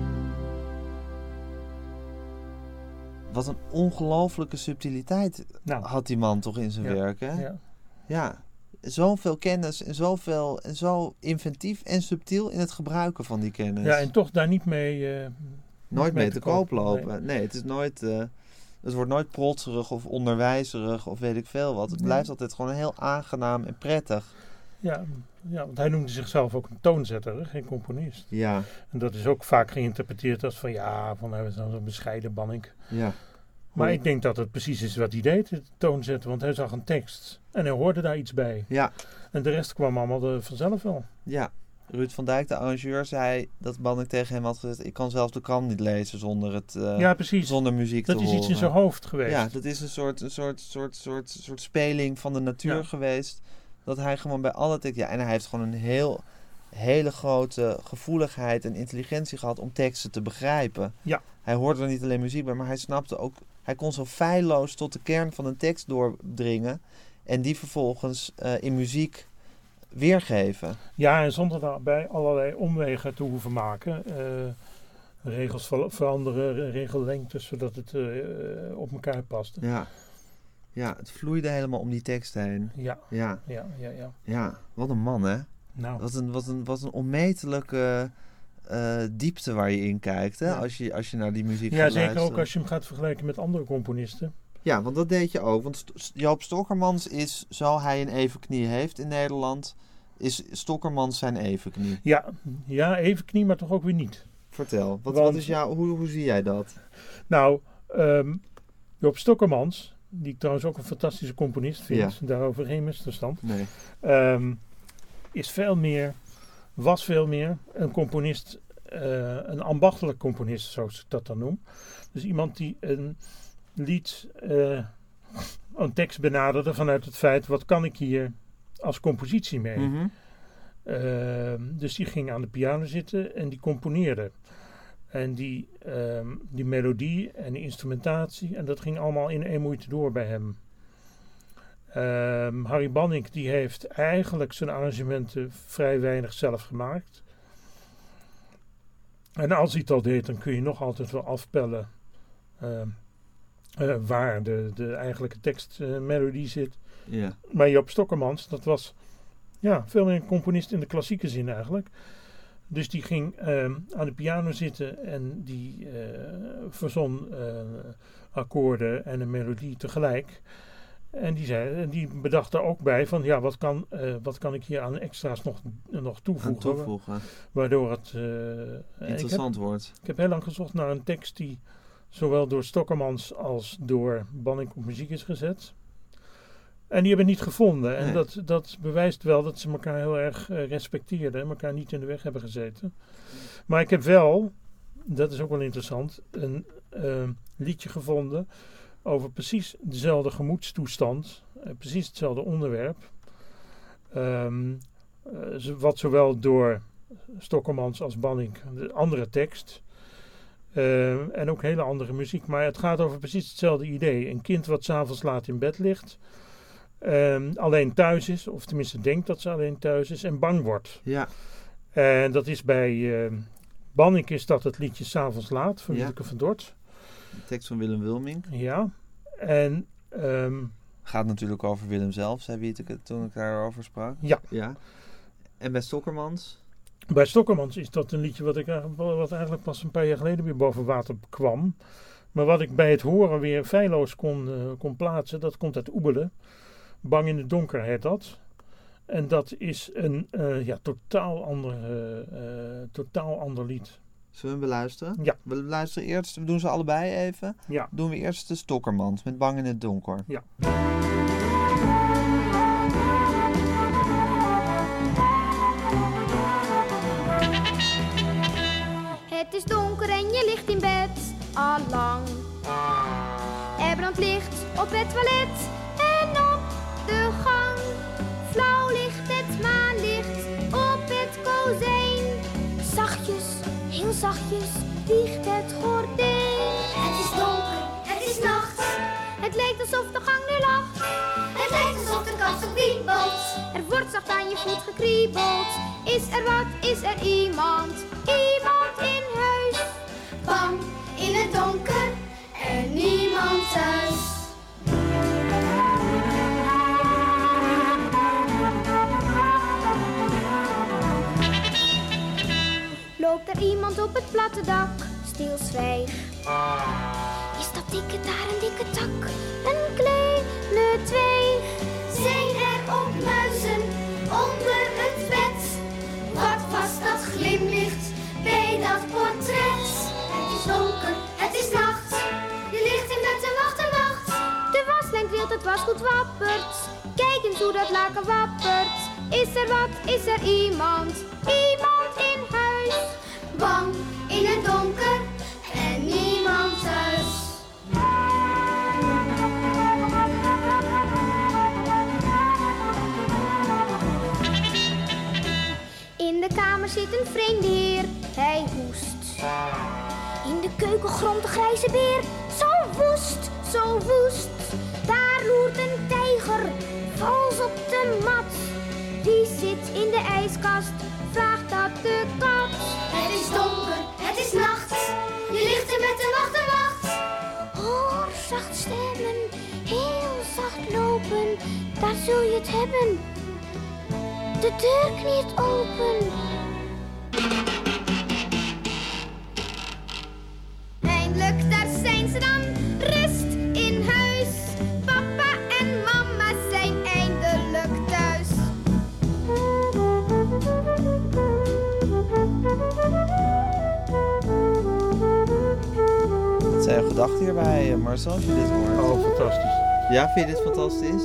Wat een ongelofelijke subtiliteit had die man toch in zijn werk, hè? Ja. Ja, zoveel kennis en zo inventief en subtiel in het gebruiken van die kennis. Ja, en toch daar niet mee... nooit mee te koop lopen. Nee, het is nooit... het wordt nooit protserig of onderwijzerig of weet ik veel wat. Het blijft altijd gewoon heel aangenaam en prettig. Ja, want hij noemde zichzelf ook een toonzetter, geen componist. Ja. En dat is ook vaak geïnterpreteerd als van hij was zo'n bescheiden Banning. Ja. Maar ik denk dat het precies is wat hij deed, het toonzetten. Want hij zag een tekst en hij hoorde daar iets bij. Ja. En de rest kwam allemaal vanzelf wel. Ja. Ruud van Dijk, de arrangeur, zei dat Banning tegen hem had gezegd: ik kan zelfs de krant niet lezen zonder zonder muziek dat te is horen. Iets in zijn hoofd geweest. Ja, dat is een soort speling van de natuur geweest. Dat hij gewoon bij alle teksten... Ja, en hij heeft gewoon een hele grote gevoeligheid en intelligentie gehad om teksten te begrijpen. Ja. Hij hoorde er niet alleen muziek bij, maar hij snapte ook... Hij kon zo feilloos tot de kern van een tekst doordringen en die vervolgens in muziek weergeven. Ja, en zonder daarbij allerlei omwegen te hoeven maken. Regels veranderen, regellengtes, zodat het op elkaar past. Ja. Ja, het vloeide helemaal om die tekst heen. Ja, wat een man, hè? Nou. Wat een onmetelijke diepte waar je in kijkt, hè? Ja. Als je naar die muziek gaat luisteren. Ja, zeker ook als je hem gaat vergelijken met andere componisten. Ja, want dat deed je ook. Want Joop Stokkermans is, zo hij een evenknie heeft in Nederland, is Stokkermans zijn evenknie. Ja, evenknie, maar toch ook weer niet. Vertel, wat is hoe zie jij dat? Nou, Joop Stokkermans, die ik trouwens ook een fantastische componist vind, daarover geen misverstand, was veel meer een componist, een ambachtelijk componist, zoals ik dat dan noem. Dus iemand die een lied, een tekst benaderde vanuit het feit, wat kan ik hier als compositie mee? Mm-hmm. Dus die ging aan de piano zitten en die componeerde. En die melodie en de instrumentatie, en dat ging allemaal in één moeite door bij hem. Harry Banning die heeft eigenlijk zijn arrangementen vrij weinig zelf gemaakt. En als hij het al deed, dan kun je nog altijd wel afpellen waar de eigenlijke tekstmelodie zit. Ja. Maar Joop Stokkermans, dat was veel meer een componist in de klassieke zin eigenlijk. Dus die ging aan de piano zitten en die verzon akkoorden en een melodie tegelijk. En die bedacht daar ook bij van wat kan ik hier aan extra's nog toevoegen. Waardoor het interessant wordt. Ik heb heel lang gezocht naar een tekst die zowel door Stokkermans als door Banning op muziek is gezet. En die hebben het niet gevonden. En dat bewijst wel dat ze elkaar heel erg respecteerden en elkaar niet in de weg hebben gezeten. Maar ik heb wel, dat is ook wel interessant, een liedje gevonden over precies dezelfde gemoedstoestand, precies hetzelfde onderwerp. Wat zowel door Stokkermans als Banning, de andere tekst, en ook hele andere muziek. Maar het gaat over precies hetzelfde idee. Een kind wat 's avonds laat in bed ligt, alleen thuis is, of tenminste denkt dat ze alleen thuis is en bang wordt. Ja. En dat is bij Banning is dat het liedje 'S avonds laat van Wieke van Dort. De tekst van Willem Wilming. Ja. En gaat natuurlijk over Willem zelf, zei wie toen ik daarover sprak. Ja. En bij Stokkermans? Bij Stokkermans is dat een liedje wat eigenlijk pas een paar jaar geleden weer boven water kwam. Maar wat ik bij het horen weer feilloos kon plaatsen, dat komt uit Oebelen. Bang in het donker heet dat. En dat is een totaal ander lied. Zullen we hem beluisteren? Ja. We luisteren eerst, we doen ze allebei even. Ja. Doen we eerst de Stokkermans met Bang in het donker. Ja. Het is donker en je ligt in bed, allang. Er brandt licht op het toilet en op de gang. Flauw ligt het maanlicht op het kozijn. Zachtjes, heel zachtjes, wiegt het gordijn. Het is donker, het is nacht. Het lijkt alsof de gang nu lacht. Het lijkt alsof de kat zo kriebelt. Er wordt zacht aan je voet gekriebeld. Is er wat, is er iemand? Iemand in huis. Bang in het donker en niemand thuis. Loopt er iemand op het platte dak, stilzwijg. Is dat dikke daar een dikke tak, een kleine twijg? Zijn er ook muizen onder het bed? Wat was dat glimlicht bij dat portret? Het is donker, het is nacht. Je ligt in bed en wacht en wacht. De waslijn trilt, het wasgoed wappert. Kijk eens hoe dat laken wappert. Is er wat, is er iemand? Iemand in huis. Bang in het donker en niemand thuis. In de kamer zit een vreemde heer, hij hoest. In de keuken gromt de grijze beer, zo woest, zo woest. Daar loert een tijger, vals op de mat. Wie zit in de ijskast, vraagt dat de kat. Het is donker, het is nacht. Je ligt er met de wacht en wacht. Hoor zacht stemmen, heel zacht lopen, daar zul je het hebben. De deur kniert open. Eindelijk, daar zijn ze dan, rust in huis. Papa en mama zijn eindelijk thuis. Wat zijn jouw gedachten hierbij, Marcel, als je dit hoort? Oh, fantastisch. Ja, vind je dit fantastisch?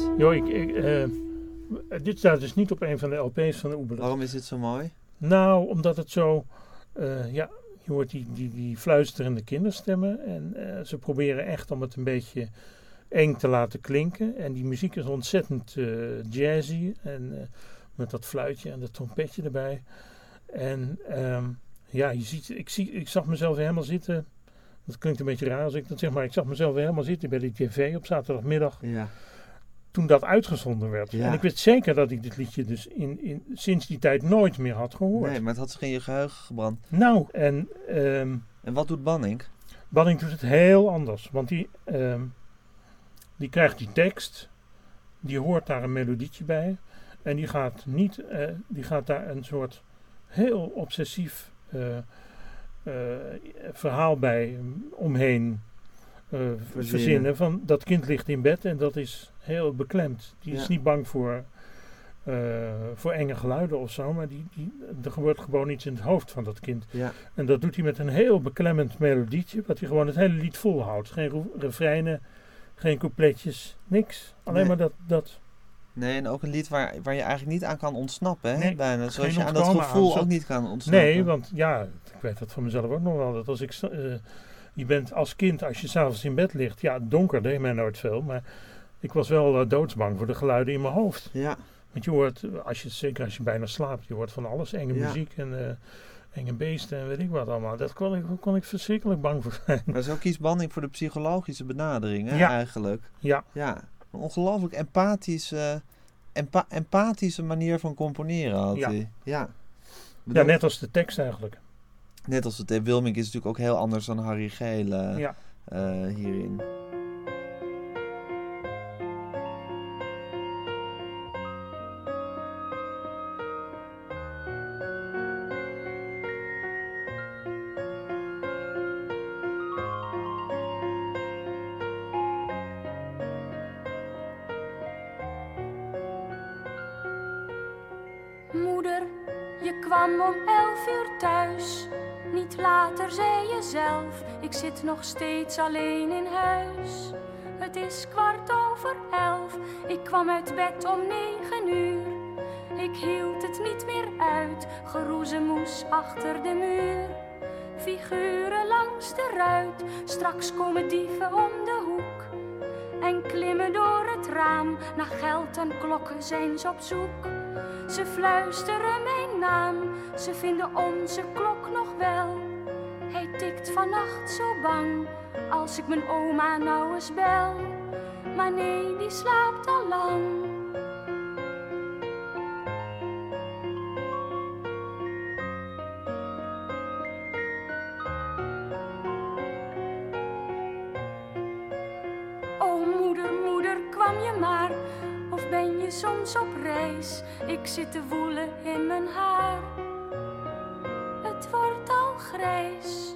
Dit staat dus niet op een van de LP's van de Oebelen. Waarom is dit zo mooi? Nou, omdat het zo... je hoort die fluisterende kinderstemmen. En ze proberen echt om het een beetje eng te laten klinken. En die muziek is ontzettend jazzy. En met dat fluitje en dat trompetje erbij. En je ziet... Ik zag mezelf weer helemaal zitten... Dat klinkt een beetje raar als ik dat zeg, maar ik zag mezelf weer helemaal zitten bij die tv op zaterdagmiddag. Ja. toen dat uitgezonden werd. Ja. En ik weet zeker dat ik dit liedje dus sinds die tijd nooit meer had gehoord. Nee, maar het had zich in je geheugen gebrand. Nou, en wat doet Banning? Banning doet het heel anders. Want die krijgt die tekst, die hoort daar een melodietje bij. En die gaat daar een soort heel obsessief verhaal bij omheen verzinnen. Van dat kind ligt in bed en dat is heel beklemd. Die is niet bang voor enge geluiden of zo, maar er gebeurt gewoon iets in het hoofd van dat kind. Ja. En dat doet hij met een heel beklemmend melodietje, wat hij gewoon het hele lied volhoudt. Geen refreinen, geen coupletjes, niks. Alleen maar dat. Nee, en ook een lied waar je eigenlijk niet aan kan ontsnappen, hè? Nee, bijna. Zoals je aan dat gevoel ook niet kan ontsnappen. Nee, want ik weet dat van mezelf ook nog wel. Dat als je bent als kind, als je s'avonds in bed ligt, donker deed mij nooit veel, maar ik was wel doodsbang voor de geluiden in mijn hoofd. Ja. Want je hoort, zeker als je bijna slaapt, je hoort van alles, enge muziek en enge beesten en weet ik wat allemaal. Dat kon ik verschrikkelijk bang voor zijn. Maar zo kiest Banning voor de psychologische benadering, hè, eigenlijk. Ja. Ja. Een ongelooflijk empathische manier van componeren had hij. Ja. Ja, net als de tekst eigenlijk. Net als het. Wilmink is natuurlijk ook heel anders dan Harry Gele hierin. Moeder, je kwam om 11:00 thuis. Niet later, zei je zelf, ik zit nog steeds alleen in huis. Het is 11:15, ik kwam uit bed om 9:00. Ik hield het niet meer uit, geroezemoes achter de muur. Figuren langs de ruit, straks komen dieven om de hoek. En klimmen door het raam, naar geld en klokken zijn ze op zoek. Ze fluisteren mijn naam, ze vinden onze klok nog wel. Hij tikt vannacht zo bang, als ik mijn oma nou eens bel. Maar nee, die slaapt al lang. Oh moeder, moeder, kwam je maar. Of ben je soms op reis? Ik zit te woelen in mijn haar. Het wordt al grijs.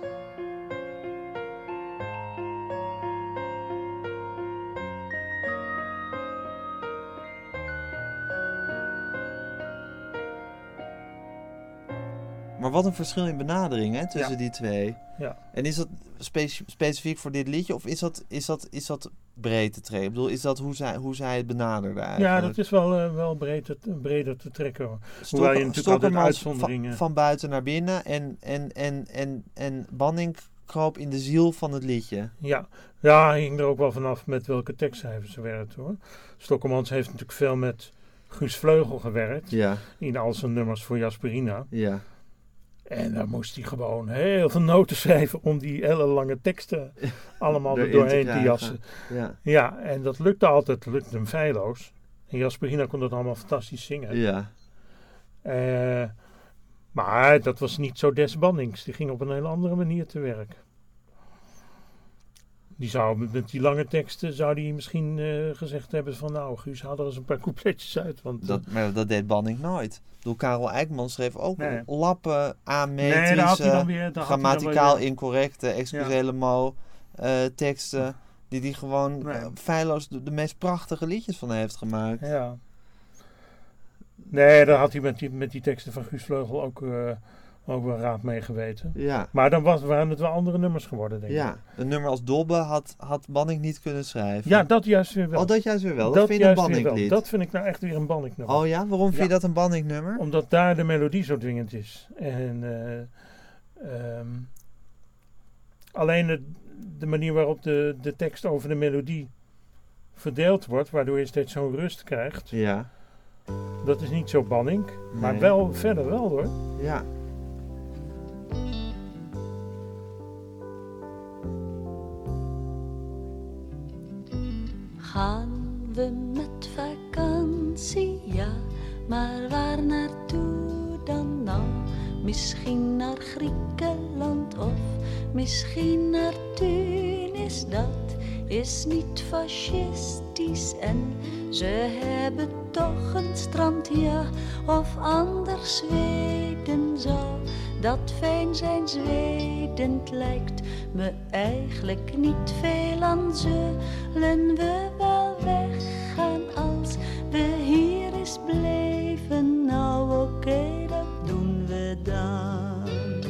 Maar wat een verschil in benadering, hè, tussen die twee. Ja. En is dat specifiek voor dit liedje of is dat breed te trekken? Ik bedoel, is dat hoe zij het benaderde eigenlijk? Ja, dat is wel breder te trekken. Hoewel je natuurlijk altijd uitzonderingen... Van buiten naar binnen en Banning kroop in de ziel van het liedje. Ja, hij hing er ook wel vanaf met welke tekstschrijver ze werkte, hoor. Stokkelmans heeft natuurlijk veel met Guus Vleugel gewerkt. Ja. In al zijn nummers voor Jasperina. Ja. En dan moest hij gewoon heel veel noten schrijven om die hele lange teksten allemaal er doorheen te jassen. Ja, en dat lukte hem feilloos. En Jasperina kon dat allemaal fantastisch zingen. Ja. Maar dat was niet zo des Bannings. Die ging op een hele andere manier te werk. Die zou met die lange teksten zou die misschien gezegd hebben van nou Guus, haal er eens een paar coupletjes uit. Want, maar dat deed Banning nooit. Karel Eijkman schreef ook lappen ametrische, grammaticaal incorrecte, excusez-le-mot teksten die gewoon feilloos de meest prachtige liedjes van heeft gemaakt. Ja. Nee, daar had hij met die teksten van Guus Vleugel ook wel raad mee geweten. Ja. Maar dan waren het wel andere nummers geworden, denk ik. Ja, een nummer als Dobbe had Banning niet kunnen schrijven. Ja, dat juist weer wel. Oh, dat juist weer wel. Dat vind je een Banning-lied. Dat vind ik nou echt weer een Banning-nummer. Oh ja? Waarom vind je dat een Banning-nummer? Omdat daar de melodie zo dwingend is. En alleen de manier waarop de tekst over de melodie verdeeld wordt, waardoor je steeds zo'n rust krijgt. Ja. Dat is niet zo Banning, maar wel verder wel, hoor. Ja. Gaan we met waar naartoe dan nou? Misschien naar Griekenland of misschien naar Tunis. Dat is niet fascistisch en ze hebben toch een strand, ja. Of anders Zweden zou dat fijn zijn. Zweden lijkt me eigenlijk niet veel aan. Zullen we wel weggaan als we hier eens bleven? Nou oké, dat doen we dan.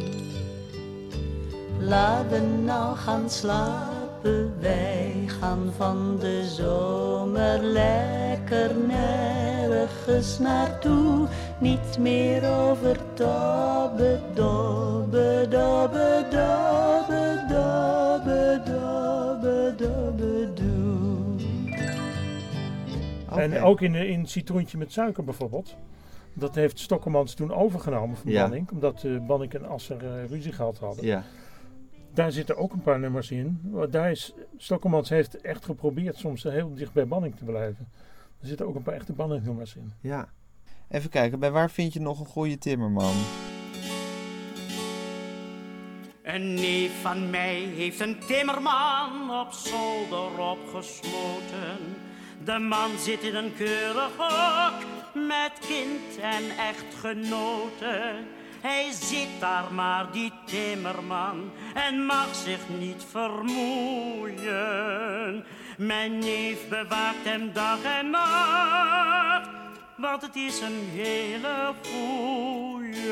Laten we nou gaan slapen, wij gaan van de zomer lekker nergens naartoe. Niet meer over dobbe, dobbe, dobbe, dobbe, dobbe, dobbe, dobbe, doe. En ook in Citroentje met suiker bijvoorbeeld. Dat heeft Stokkelmans toen overgenomen van Banning. Omdat Banning en Asser ruzie gehad hadden. Ja. Daar zitten ook een paar nummers in. Stokkelmans heeft echt geprobeerd soms heel dicht bij Banning te blijven. Er zitten ook een paar echte Banning nummers in. Ja. Even kijken, bij waar vind je nog een goede timmerman? Een neef van mij heeft een timmerman op zolder opgesloten. De man zit in een keurig hok met kind en echtgenote. Hij zit daar maar, die timmerman, en mag zich niet vermoeien. Mijn neef bewaakt hem dag en nacht, want het is een hele goeie.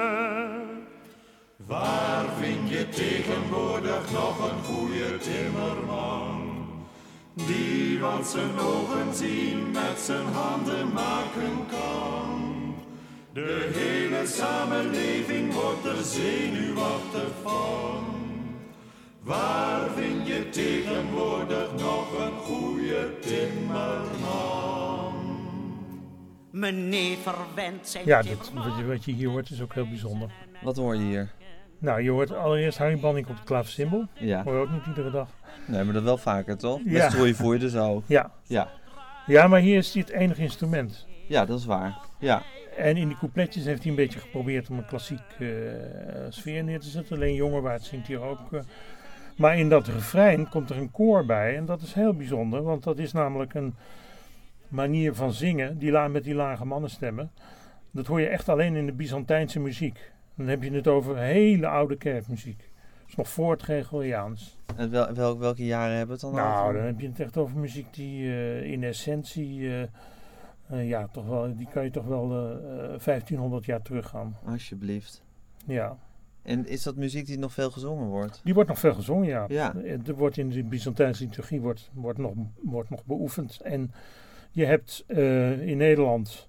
Waar vind je tegenwoordig nog een goede timmerman? Die wat zijn ogen zien met zijn handen maken kan. De hele samenleving wordt er zenuwachtig van. Waar vind je tegenwoordig nog een goede timmerman? Meneer verwendt zijn Wat je hier hoort is ook heel bijzonder. Wat hoor je hier? Nou, je hoort allereerst Harry Banning op het klaversymbol. Ja. Hoor je ook niet iedere dag. Nee, maar dat wel vaker, toch? Ja. Met strooivoer dus ook. Ja. Ja. Ja, maar hier is hij het enige instrument. Ja, dat is waar. Ja. En in die coupletjes heeft hij een beetje geprobeerd om een klassiek sfeer neer te zetten. Alleen Jongewaard zingt hier ook. Maar in dat refrein komt er een koor bij. En dat is heel bijzonder, want dat is namelijk een manier van zingen met die lage mannenstemmen. Dat hoor je echt alleen in de Byzantijnse muziek. Dan heb je het over hele oude kerkmuziek. Dat is nog voor het Gregoriaans. En welke jaren hebben we het dan over? Nou, dan heb je het echt over muziek die in essentie... toch wel, die kan je toch wel 1500 jaar teruggaan. Alsjeblieft. Ja. En is dat muziek die nog veel gezongen wordt? Die wordt nog veel gezongen, ja. Ja. Er wordt in de Byzantijnse liturgie wordt nog beoefend. En je hebt in Nederland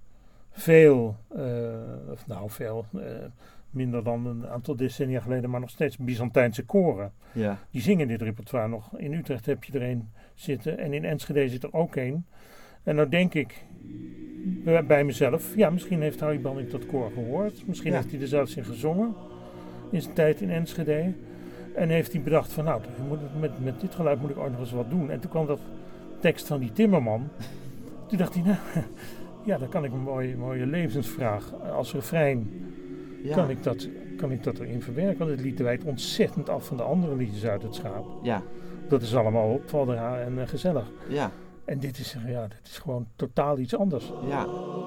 minder dan een aantal decennia geleden, maar nog steeds Byzantijnse koren. Ja. Die zingen dit repertoire nog. In Utrecht heb je er een zitten en in Enschede zit er ook een. En nou denk ik bij mezelf, ja, misschien heeft Harry Banning dat koor gehoord. Misschien heeft hij er zelfs in gezongen in zijn tijd in Enschede. En heeft hij bedacht van, nou, met dit geluid moet ik ook nog eens wat doen. En toen kwam dat tekst van die timmerman. Toen dacht hij, nou, ja, dan kan ik een mooie levensvraag als refrein. Ja. Kan ik dat erin verwerken? Want het lied wijkt ontzettend af van de andere liedjes uit het schaap. Ja. Dat is allemaal opvalder en gezellig. Ja. En dit is gewoon totaal iets anders. Ja.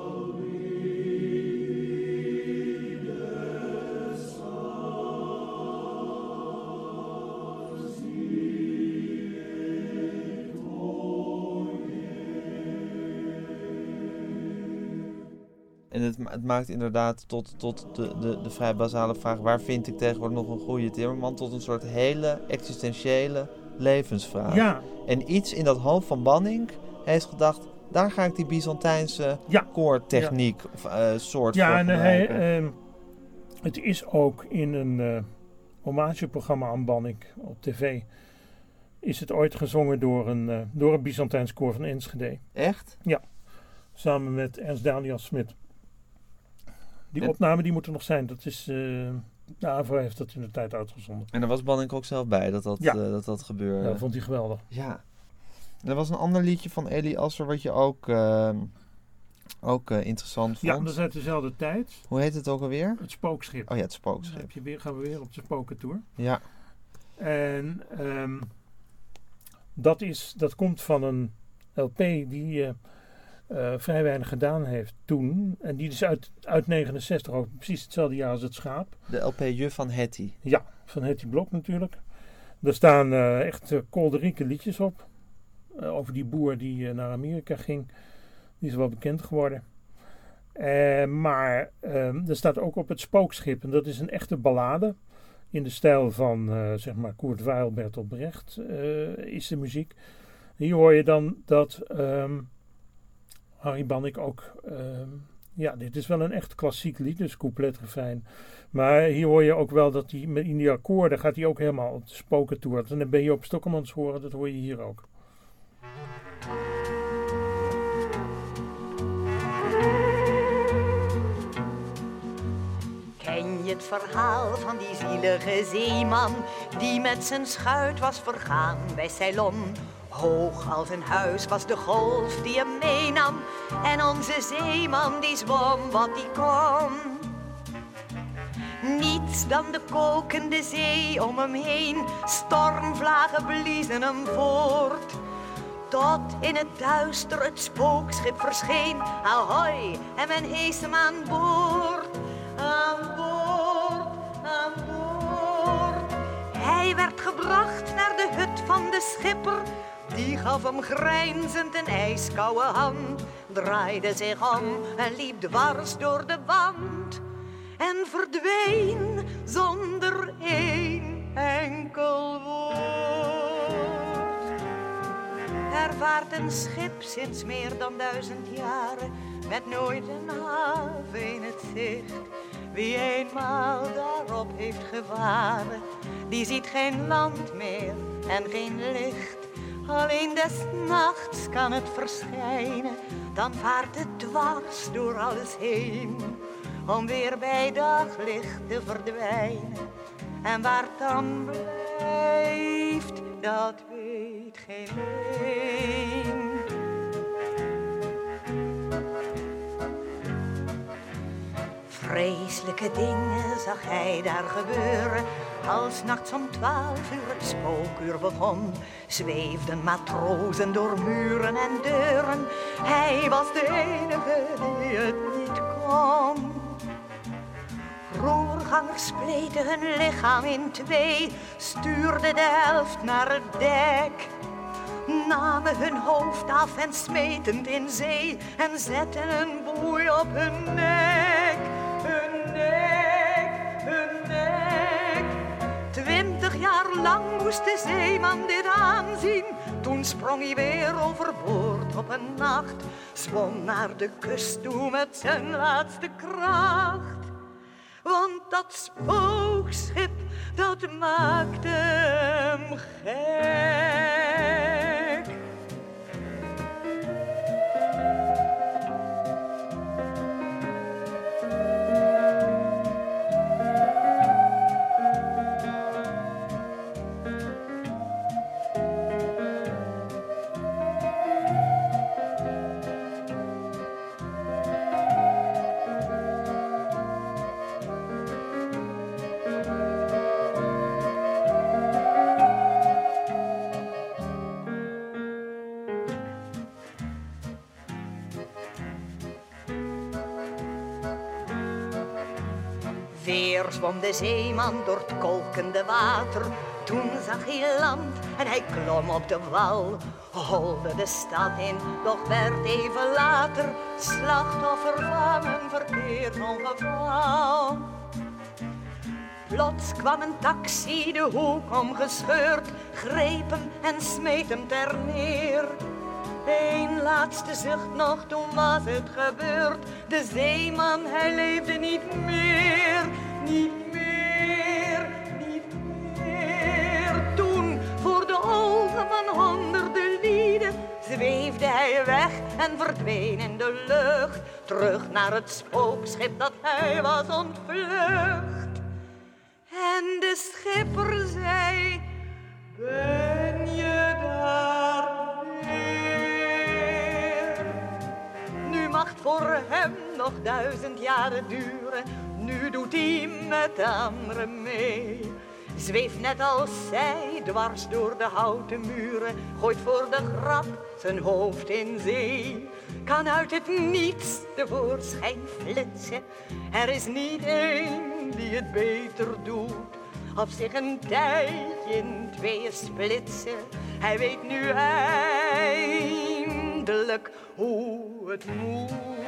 En het maakt inderdaad tot de vrij basale vraag... waar vind ik tegenwoordig nog een goede timmerman... tot een soort hele existentiële levensvraag. Ja. En iets in dat hoofd van Banning heeft gedacht... daar ga ik die Byzantijnse koortechniek soort voor gebruiken. Het is ook in een hommageprogramma aan Banning op tv... is het ooit gezongen door een Byzantijns koor van Enschede. Echt? Ja. Samen met Ernst Daniel Smit. Die opname die moet er nog zijn. Dat is... de AVRO heeft dat in de tijd uitgezonden. En daar was Banning ook zelf bij dat gebeurde. Ja, dat vond hij geweldig. Ja. Er was een ander liedje van Eli Asser wat je ook ook interessant vond. Ja, dat is uit dezelfde tijd. Hoe heet het ook alweer? Het Spookschip. Oh ja, het Spookschip. Dan gaan we weer op de spokentour. Ja. En dat komt van een LP die vrij weinig gedaan heeft toen. En die is uit 69, ook precies hetzelfde jaar als Het Schaap. De LP Juf van Hetty. Ja, van Hetty Blok natuurlijk. Daar staan echt kolderieke liedjes op. Over die boer die naar Amerika ging. Die is wel bekend geworden. Maar er staat ook op Het Spookschip. En dat is een echte ballade. In de stijl van zeg maar Kurt Weill, Bertolt Brecht is de muziek. Hier hoor je dan dat Harry Bannink ook... dit is wel een echt klassiek lied, dus couplet, refrein. Maar hier hoor je ook wel dat hij in die akkoorden gaat hij ook helemaal op de spokentoer. En dan ben je op Stockemans horen, dat hoor je hier ook. Ken je het verhaal van die zielige zeeman die met zijn schuit was vergaan bij Ceylon? Hoog als een huis was de golf die hem meenam en onze zeeman die zwom wat hij kon. Niets dan de kokende zee om hem heen, stormvlagen bliezen hem voort. Tot in het duister het spookschip verscheen, ahoy, en men hees hem aan boord. Aan boord, aan boord. Hij werd gebracht naar de hut van de schipper. Die gaf hem grijnzend een ijskoude hand, draaide zich om en liep dwars door de wand. En verdween zonder één enkel woord. Er vaart een schip sinds meer dan 1000 jaren, met nooit een haven in het zicht. Wie eenmaal daarop heeft gevaren, die ziet geen land meer en geen licht. Alleen des nachts kan het verschijnen, dan vaart het dwars door alles heen, om weer bij daglicht te verdwijnen. En waar het dan blijft, dat weet geen een. Vreselijke dingen zag hij daar gebeuren, als nachts om 12 uur het spookuur begon. Zweefden matrozen door muren en deuren, hij was de enige die het niet kon. Roergangers spleten hun lichaam in twee, stuurden de helft naar het dek. Namen hun hoofd af en smetend in zee en zetten een boei op hun nek. Hun nek, hun nek. 20 jaar lang moest de zeeman dit aanzien. Toen sprong hij weer overboord op een nacht, zwom naar de kust toe met zijn laatste kracht. Want dat spookschip, dat maakte hem gek. Weer zwom de zeeman door het kolkende water. Toen zag hij land en hij klom op de wal. Holde de stad in, doch werd even later slachtoffer van een verkeersongeval. Plots kwam een taxi de hoek omgescheurd, greep hem en smeet hem ter neer. Eén laatste zucht nog, toen was het gebeurd. De zeeman, hij leefde niet meer, niet meer, niet meer. Toen, voor de ogen van honderden lieden, zweefde hij weg en verdween in de lucht. Terug naar het spookschip dat hij was ontvlucht. En de schipper zei, ben je daar weer? Nu mag voor hem nog 1000 jaren duren. Nu doet hij met anderen mee. Zweeft net als zij dwars door de houten muren. Gooit voor de grap zijn hoofd in zee. Kan uit het niets tevoorschijn flitsen. Er is niet één die het beter doet. Of zich een tijdje in tweeën splitsen. Hij weet nu eindelijk hoe het moet.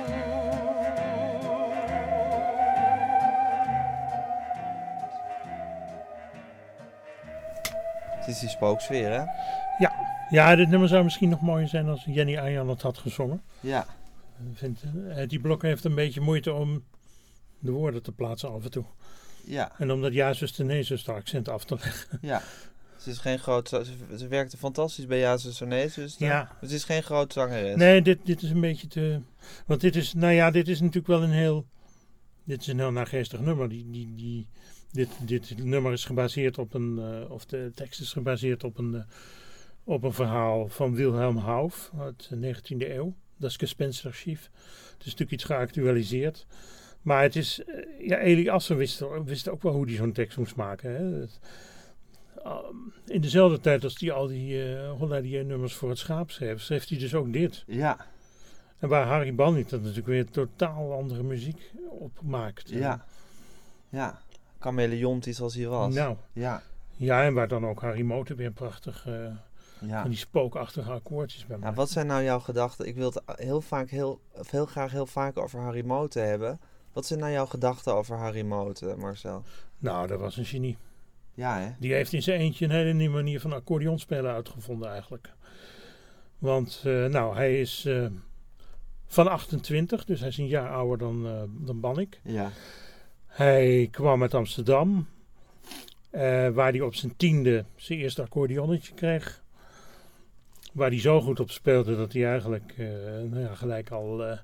Het is die spooksfeer, hè? Ja, dit nummer zou misschien nog mooier zijn als Jenny Ayan het had gezongen. Ja. Die blok heeft een beetje moeite om de woorden te plaatsen af en toe. Ja. En om dat ja-zuster, nee-zuster accent af te leggen. Ja. Ze is geen groot... Ze werkte fantastisch bij ja-zuster, nee-zuster. Ja. Het is geen groot zangeres. Nee, dit is een beetje te... Want dit is natuurlijk wel een heel... Dit is een heel naargeestig nummer. Dit nummer is gebaseerd op een... of de tekst is gebaseerd op een verhaal van Wilhelm Hauff uit de 19e eeuw. Dat is Gespensterschief. Het is natuurlijk iets geactualiseerd. Maar het is... Elie Asser wist ook wel hoe hij zo'n tekst moest maken. Hè. In dezelfde tijd als hij al die Holladier-nummers voor het schaap schreef hij dus ook dit. Ja. En waar Harry Bannink dat natuurlijk weer totaal andere muziek op maakt. Ja. Ja. Chameleontisch als hij was. Nou. Ja. Ja, en waar dan ook Harry Moten weer prachtig... van die spookachtige akkoordjes bij maakt. Wat zijn nou jouw gedachten? Ik wil het heel graag heel vaak over Harry Moten hebben. Wat zijn nou jouw gedachten over Harry Moten, Marcel? Nou, dat was een genie. Ja, hè? Die heeft in zijn eentje een hele nieuwe manier van accordeonspelen uitgevonden eigenlijk. Want hij is van 28, dus hij is een jaar ouder dan Bannink. Ja. Hij kwam uit Amsterdam, waar hij op zijn 10e zijn eerste accordeonnetje kreeg. Waar hij zo goed op speelde dat hij eigenlijk gelijk al...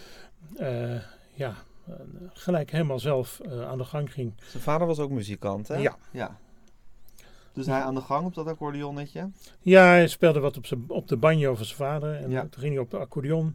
gelijk helemaal zelf aan de gang ging. Zijn vader was ook muzikant, hè? Ja. Dus hij aan de gang op dat accordeonnetje? Ja, hij speelde wat op de banjo van zijn vader. En toen ging hij op de accordeon.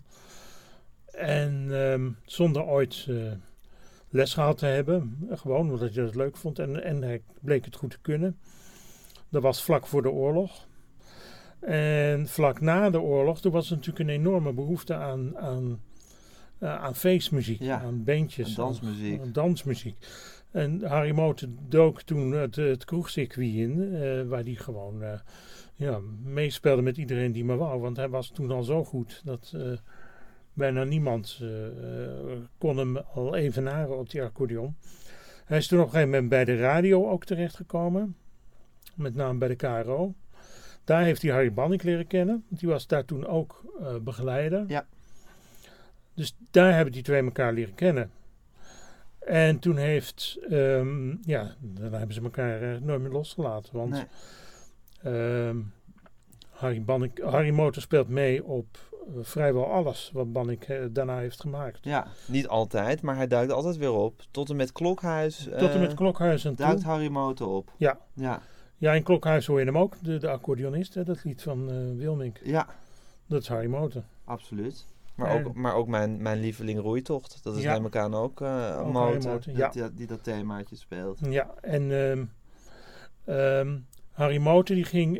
En zonder ooit les gehad te hebben. Gewoon omdat hij het leuk vond. En hij bleek het goed te kunnen. Dat was vlak voor de oorlog. En vlak na de oorlog, toen was er natuurlijk een enorme behoefte aan feestmuziek, aan bandjes, aan dansmuziek. En Harry Moten dook toen het kroegcircuit in, waar hij gewoon meespeelde met iedereen die maar wou. Want hij was toen al zo goed dat bijna niemand kon hem al evenaren op die accordeon. Hij is toen op een gegeven moment bij de radio ook terechtgekomen, met name bij de KRO. Daar heeft hij Harry Bannink leren kennen. Die was daar toen ook begeleider. Ja. Dus daar hebben die twee elkaar leren kennen. En toen dan hebben ze elkaar nooit meer losgelaten. Want Harry Moten speelt mee op vrijwel alles wat Bannink daarna heeft gemaakt. Ja, niet altijd, maar hij duikt altijd weer op. Tot en met Klokhuis. Tot en met Klokhuis en duikt toe. Harry Moten op. Ja. Ja. Ja, in Klokhuis hoor je hem ook, de accordeonist, hè, dat lied van Wilmink. Ja. Dat is Harry Moten. Absoluut. Maar ook mijn lieveling Roeitocht. Dat is neem ik aan ook Moten, die dat themaatje speelt. Ja, en Harry Moten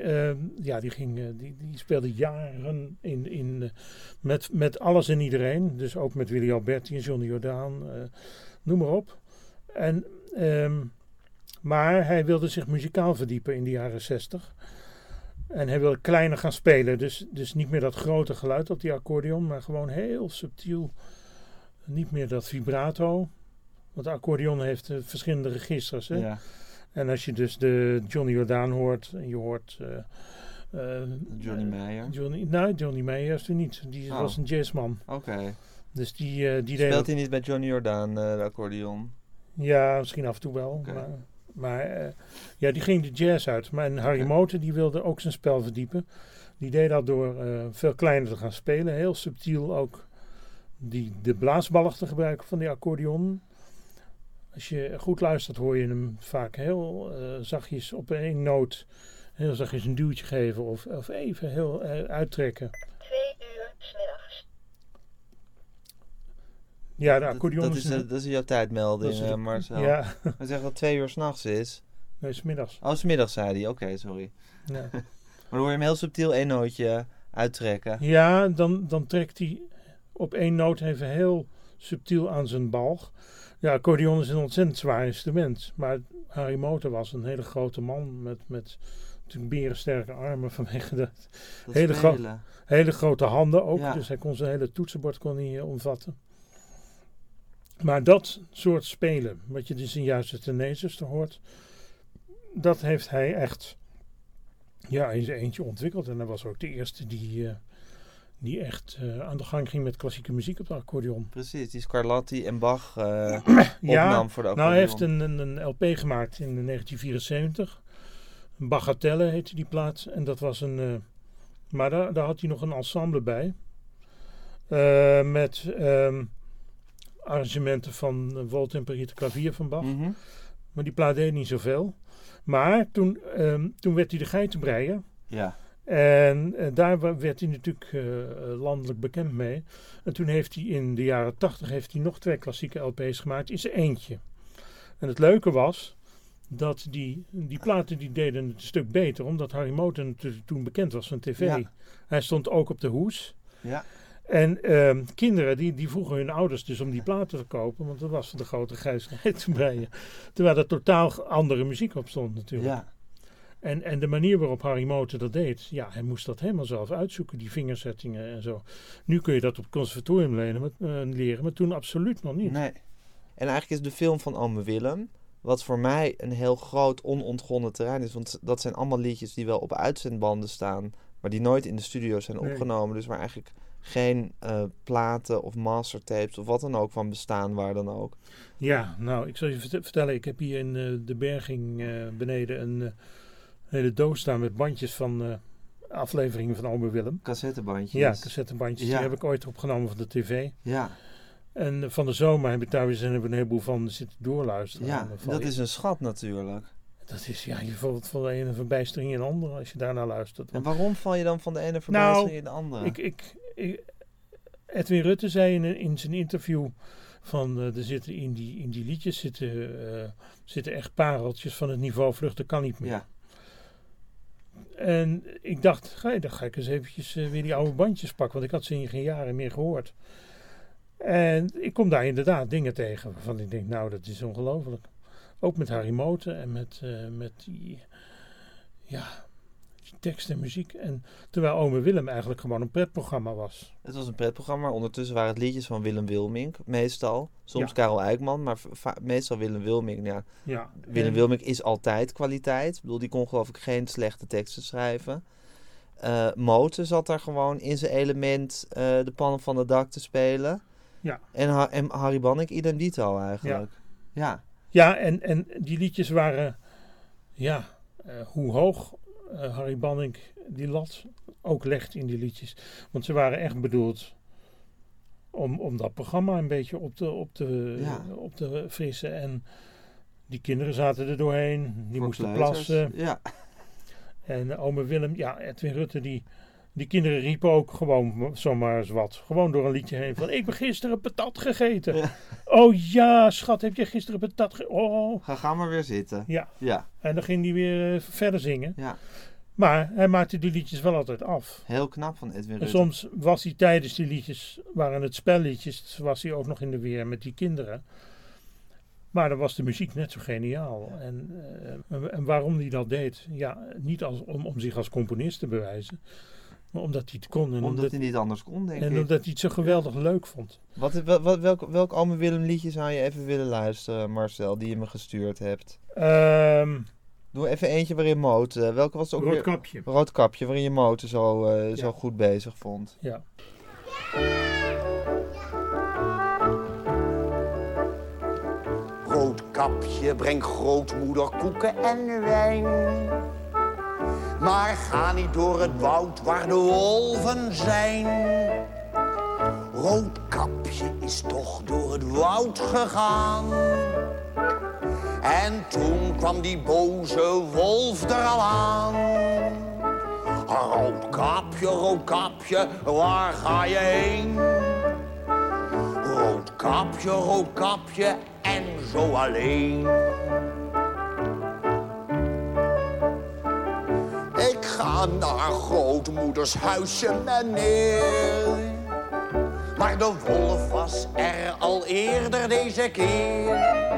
die speelde jaren met alles en iedereen. Dus ook met Willy Alberti en Johnny Jordaan, noem maar op. En... maar hij wilde zich muzikaal verdiepen in de jaren 60. En hij wilde kleiner gaan spelen. Dus niet meer dat grote geluid op die accordeon, maar gewoon heel subtiel. Niet meer dat vibrato. Want de accordeon heeft verschillende registers. Hè? Ja. En als je dus de Johnny Jordaan hoort en je hoort... Johnny Meijer? Johnny Meijer is er niet. Die was een jazzman. Oké. Dus die speelt hij niet bij Johnny Jordaan, de accordeon? Ja, misschien af en toe wel. Okay. Maar die ging de jazz uit. Maar Harry Moten die wilde ook zijn spel verdiepen. Die deed dat door veel kleiner te gaan spelen. Heel subtiel ook de blaasballig te gebruiken van die accordeon. Als je goed luistert hoor je hem vaak heel zachtjes op één noot. Heel zachtjes een duwtje geven of even heel uittrekken. 2 uur 's middags. Ja, de accordeon dat is jouw tijdmelding, Marcel. Ja. Hij zegt dat 2 uur 's nachts is. Nee, 's middags. Oh, 's middags zei hij. Oké, sorry. Ja. Maar dan hoor je hem heel subtiel 1 nootje uittrekken. Ja, dan trekt hij op 1 noot even heel subtiel aan zijn balg. Ja, accordeon is een ontzettend zwaar instrument. Maar Harry Moten was een hele grote man met natuurlijk berensterke armen vanwege dat hele grote handen ook. Ja. Dus hij kon zijn hele toetsenbord omvatten. Maar dat soort spelen, wat je dus in juiste tenezuster hoort, dat heeft hij echt in zijn eentje ontwikkeld. En hij was ook de eerste die echt aan de gang ging met klassieke muziek op de accordeon. Precies, die Scarlatti en Bach opnam voor de accordeon. Nou, hij heeft een LP gemaakt in 1974. Bagatelle heette die plaat. En dat was maar daar had hij nog een ensemble bij. Met arrangementen van Woltemperierte klavier van Bach. Mm-hmm. Maar die plaat deed niet zoveel. Maar toen werd hij de Geitenbreier. Ja. En daar werd hij natuurlijk landelijk bekend mee. En toen heeft hij in de jaren 80 nog 2 klassieke LP's gemaakt in zijn eentje. En het leuke was dat die platen die deden het een stuk beter, omdat Harry Moten toen bekend was van tv. Ja. Hij stond ook op de hoes. Ja. En kinderen die vroegen hun ouders dus om die platen te kopen, want dat was van de grote Gijs Geitenbreier. Terwijl er totaal andere muziek op stond natuurlijk. Ja. En de manier waarop Harry Moten dat deed, hij moest dat helemaal zelf uitzoeken, die vingerzettingen en zo. Nu kun je dat op het conservatorium leren, maar toen absoluut nog niet. Nee. En eigenlijk is de film van Ome Willem, wat voor mij een heel groot onontgonnen terrein is, want dat zijn allemaal liedjes die wel op uitzendbanden staan, maar die nooit in de studio zijn opgenomen, dus waar eigenlijk geen platen of mastertapes of wat dan ook van bestaan, waar dan ook. Ja, nou, ik zal je vertellen, ik heb hier in de berging beneden een hele doos staan met bandjes van afleveringen van Ome Willem. Cassettebandjes. Ja, cassettebandjes. Ja. Die heb ik ooit opgenomen van de tv. Ja. En van de zomer heb ik daar weer een heleboel van zitten doorluisteren. Ja, dat is een schat natuurlijk. Dat is, je valt van de ene verbijstering in de andere als je daarnaar luistert. En waarom val je dan van de ene verbijstering in de andere? Edwin Rutte zei in zijn interview van er zitten in die liedjes zitten echt pareltjes van het niveau Vluchten kan niet meer. Ja. En ik dacht, dan ga ik eens eventjes weer die oude bandjes pakken, want ik had ze in geen jaren meer gehoord. En ik kom daar inderdaad dingen tegen waarvan ik denk, nou, dat is ongelooflijk. Ook met Harry Moten en met die tekst en muziek. En terwijl Ome Willem eigenlijk gewoon een pretprogramma was. Het was een pretprogramma, maar ondertussen waren het liedjes van Willem Wilmink, meestal. Soms Karel Eijkman, maar meestal Willem Wilmink. Ja. Willem Wilmink is altijd kwaliteit. Ik bedoel, die kon geloof ik geen slechte teksten schrijven. Moten zat daar gewoon in zijn element de pannen van het dak te spelen. Ja. En Harry Bannink idem dito eigenlijk. Ja, en die liedjes waren, hoe hoog Harry Bannink die lat ook legt in die liedjes. Want ze waren echt bedoeld om dat programma een beetje op te frissen. En die kinderen zaten er doorheen, die moesten plassen. Ja. En Ome Willem, Edwin Rutte, die kinderen riepen ook gewoon zomaar eens wat. Gewoon door een liedje heen van, ik heb gisteren patat gegeten. Ja. Oh ja, schat, heb je gisteren patat gegeten? Oh. Ga maar weer zitten. Ja. En dan ging hij weer verder zingen. Ja. Maar hij maakte die liedjes wel altijd af. Heel knap van Edwin Rutte. En soms was hij tijdens die liedjes, waren het spelliedjes, was hij ook nog in de weer met die kinderen. Maar dan was de muziek net zo geniaal. En waarom hij dat deed? Ja, niet om zich als componist te bewijzen. Maar omdat hij het kon. En omdat hij niet anders kon, denk ik. En omdat hij het zo geweldig leuk vond. Welk Ome Willem liedje zou je even willen luisteren, Marcel, die je me gestuurd hebt? Doe even eentje waarin Moten. Welke was het ook Roodkapje. Weer? Roodkapje, waarin je Moten zo goed bezig vond. Ja. Roodkapje, breng grootmoeder koeken en wijn. Maar ga niet door het woud waar de wolven zijn. Roodkapje is toch door het woud gegaan. En toen kwam die boze wolf er al aan. Roodkapje, roodkapje, waar ga je heen? Roodkapje. Roodkapje en zo alleen. Ik ga naar grootmoeders huisje, meneer. Maar de wolf was er al eerder deze keer.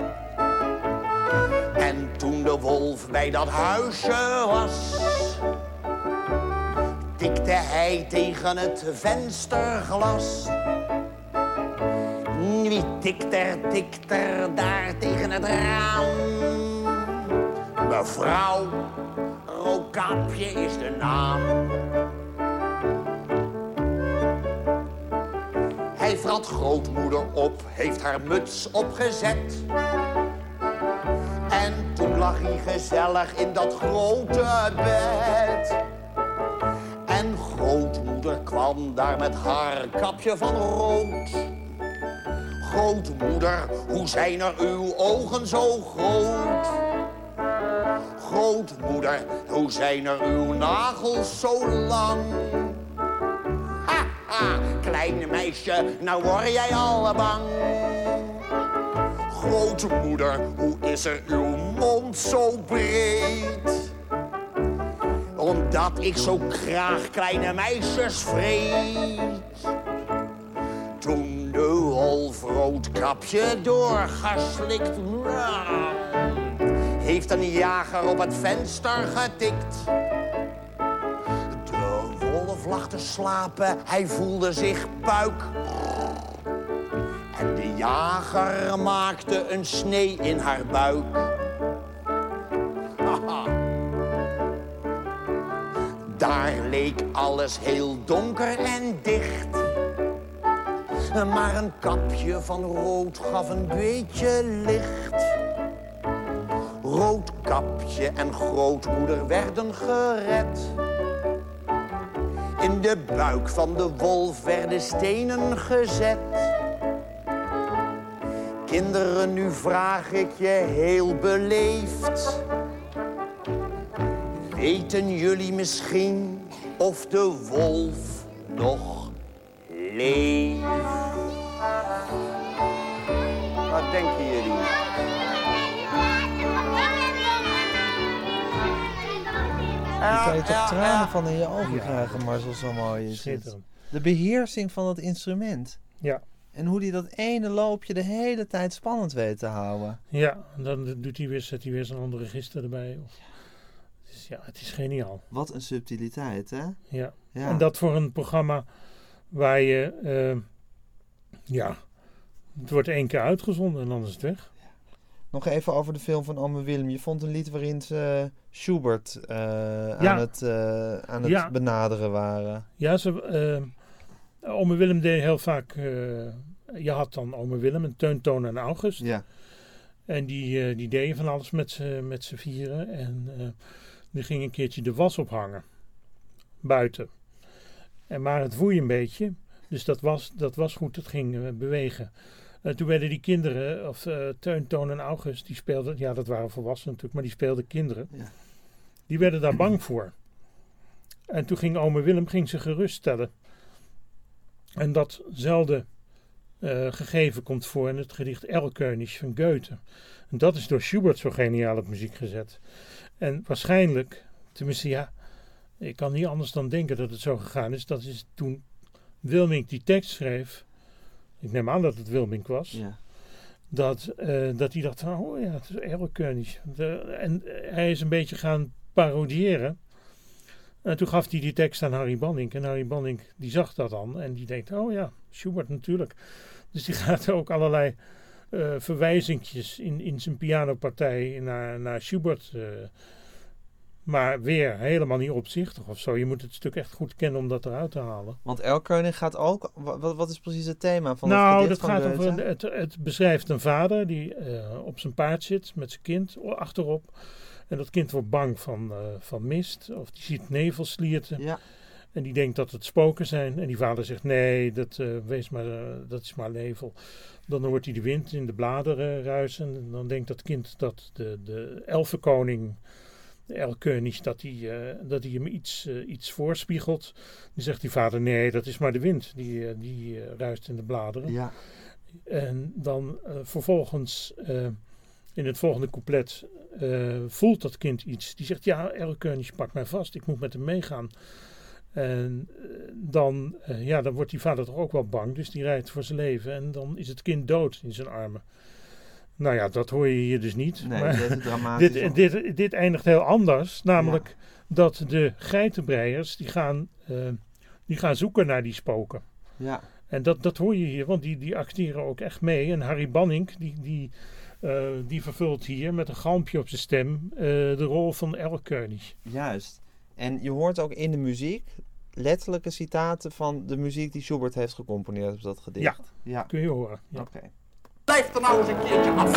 En toen de wolf bij dat huisje was, tikte hij tegen het vensterglas. Wie tikt er daar tegen het raam? Mevrouw, Roodkapje is de naam. Hij vrat grootmoeder op, heeft haar muts opgezet. En toen lag hij gezellig in dat grote bed. En grootmoeder kwam daar met haar kapje van rood. Grootmoeder, hoe zijn er uw ogen zo groot? Grootmoeder, hoe zijn er uw nagels zo lang? Ha, ha, kleine meisje, nou word jij al bang. Grootmoeder, hoe is er uw mond zo breed? Omdat ik zo graag kleine meisjes vreet. Toen de wolf Roodkapje doorgeslikt, heeft een jager op het venster getikt. De wolf lag te slapen, hij voelde zich puik. En de jager maakte een snee in haar buik. Daar leek alles heel donker en dicht. Maar een kapje van rood gaf een beetje licht. Roodkapje en grootmoeder werden gered. In de buik van de wolf werden stenen gezet. Kinderen, nu vraag ik je heel beleefd. Weten jullie misschien of de wolf nog leeft? Wat denken jullie? Je kan je toch tranen van in je ogen krijgen, Marcel, zo mooi is het. De beheersing van het instrument. Ja. En hoe hij dat ene loopje de hele tijd spannend weet te houden. Ja, en dan zet hij weer zo'n ander register erbij. Dus ja, het is geniaal. Wat een subtiliteit, hè? Ja. En dat voor een programma waar je... het wordt 1 keer uitgezonden en dan is het weg. Nog even over de film van Ome Willem. Je vond een lied waarin ze Schubert aan het benaderen waren. Ja, Ome Willem deed heel vaak... je had dan Ome Willem en Teun, Toon en August. Ja. En die deden van alles met z'n vieren. En die ging een keertje de was ophangen. Buiten. Maar het woei een beetje. Dus dat was goed. Het ging bewegen. Toen werden die kinderen, Teun, Toon en August, die speelden... Ja, dat waren volwassenen natuurlijk, maar die speelden kinderen. Ja. Die werden daar bang voor. En toen ging Ome Willem ze geruststellen. En datzelfde gegeven komt voor in het gedicht Erlkönig van Goethe. En dat is door Schubert zo geniaal op muziek gezet. En waarschijnlijk, tenminste ja, ik kan niet anders dan denken dat het zo gegaan is. Dat is toen Wilmink die tekst schreef. Ik neem aan dat het Wilmink was. Ja. Dat hij dacht van, oh ja, het is Erlkönig. En hij is een beetje gaan parodiëren. En toen gaf hij die tekst aan Harry Bannink. En Harry Bannink die zag dat dan. En die denkt, oh ja, Schubert natuurlijk. Dus die gaat ook allerlei verwijzingjes in zijn pianopartij naar Schubert. Maar weer helemaal niet opzichtig of zo. Je moet het stuk echt goed kennen om dat eruit te halen. Want Erlkönig gaat ook... Wat is precies het thema van het gedicht van Goethe? Nou, dat gaat over... Het beschrijft een vader die op zijn paard zit met zijn kind achterop. En dat kind wordt bang van mist. Of die ziet nevelslierten. Ja. En die denkt dat het spoken zijn. En die vader zegt, nee, dat is maar nevel. Dan hoort hij de wind in de bladeren ruisen. En dan denkt dat kind dat de elfenkoning, de Erlkönig, dat hij hem iets voorspiegelt. Dan zegt die vader, nee, dat is maar de wind. Die ruist in de bladeren. Ja. En dan vervolgens in het volgende couplet voelt dat kind iets. Die zegt, ja, Erlkönig pakt mij vast, ik moet met hem meegaan. En dan wordt die vader toch ook wel bang, dus die rijdt voor zijn leven. En dan is het kind dood in zijn armen. Nou ja, dat hoor je hier dus niet. Nee, maar dit eindigt heel anders. Namelijk dat de geitenbreiers die gaan zoeken naar die spoken. Ja. En dat hoor je hier, want die acteren ook echt mee. En Harry Banning, die vervult hier met een galmpje op zijn stem de rol van Erlkönig. Juist. En je hoort ook in de muziek letterlijke citaten van de muziek die Schubert heeft gecomponeerd op dat gedicht. Ja. Kun je horen. Ja. Oké. Blijf er nou eens een keertje af.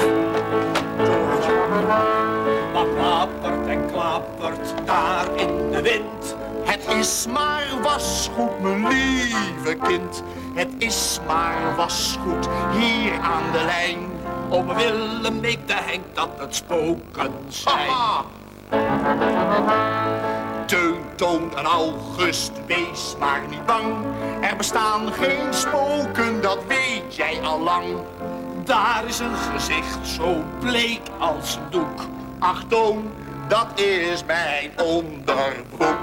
Wat klapert en klapert daar in de wind. Het is maar wasgoed, mijn lieve kind. Het is maar wasgoed hier aan de lijn. Om Willem weet de Henk dat het spoken zijn. Teun, Toon en August, wees maar niet bang. Er bestaan geen spoken, dat weet jij al lang. Daar is een gezicht zo bleek als een doek. Ach Toon, dat is mijn onderbroek.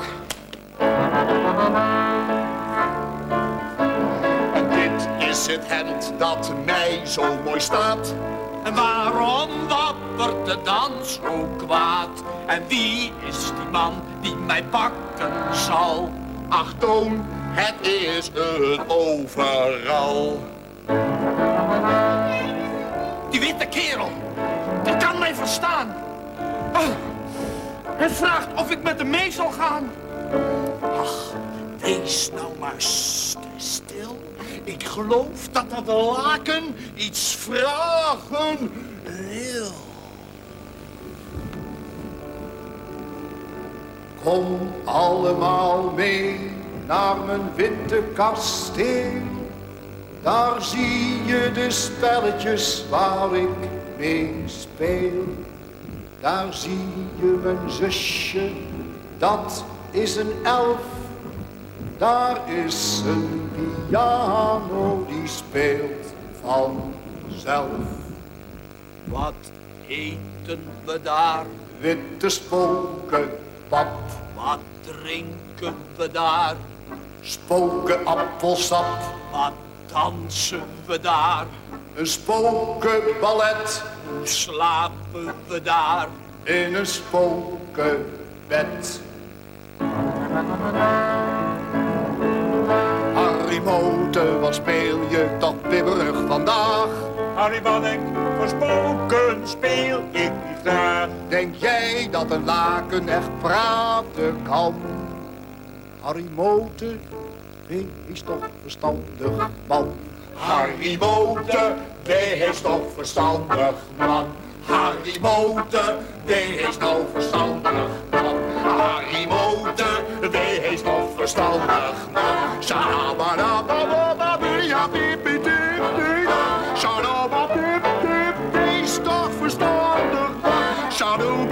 En dit is het hemd dat mij zo mooi staat. En waarom wappert het dan zo kwaad? En wie is die man die mij pakken zal? Ach Toon, het is een overal. Die witte kerel, die kan mij verstaan. Hij vraagt of ik met hem mee zal gaan. Ach, wees nou maar stil. Ik geloof dat dat laken iets vragen wil. Kom allemaal mee naar mijn witte kasteel. Daar zie je de spelletjes waar ik mee speel. Daar zie je mijn zusje, dat is een elf. Daar is een piano die speelt vanzelf. Wat eten we daar? Witte spoken, pap. Wat drinken we daar? Spoken appelsap. Wat dansen we daar? Een spokenballet. Hoe slapen we daar? In een spokenbed. Harry Moten, wat speel je toch bibberig vandaag? Harry Banning, voor spoken speel ik niet graag. Denk jij dat een laken echt praten kan? Harry Moten, wees toch verstandig man. Harry Moten, wees toch verstandig man. Harry Moten, wees nou verstandig man. Harry Moten, wees nou verstandig man. Wees toch verstandig man.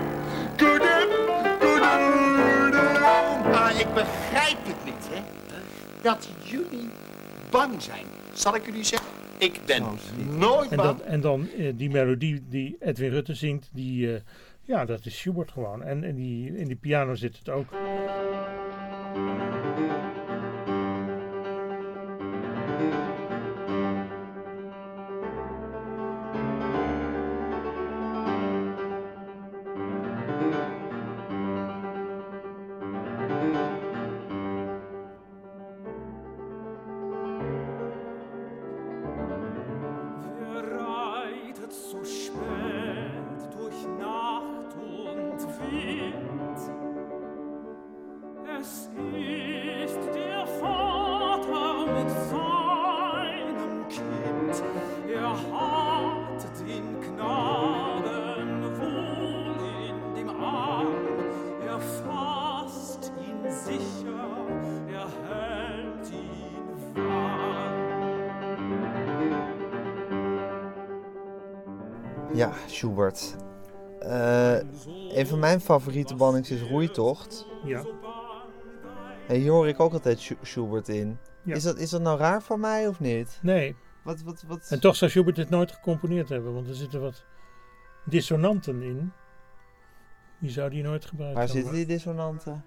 Maar ik begrijp het niet, hè. Dat jullie bang zijn. Zal ik jullie zeggen? Ik ben nooit bang. En dan die melodie die Edwin Rutte zingt, dat is Schubert gewoon. En in die piano zit het ook. Ja, Schubert. Een van mijn favoriete Bannings is Roeitocht. Ja. En hier hoor ik ook altijd Schubert in. Ja. Is dat nou raar voor mij of niet? Nee, Wat? En toch zou Schubert dit nooit gecomponeerd hebben, want er zitten wat dissonanten in. Die zou die nooit gebruikt Waar hebben. zitten die dissonanten?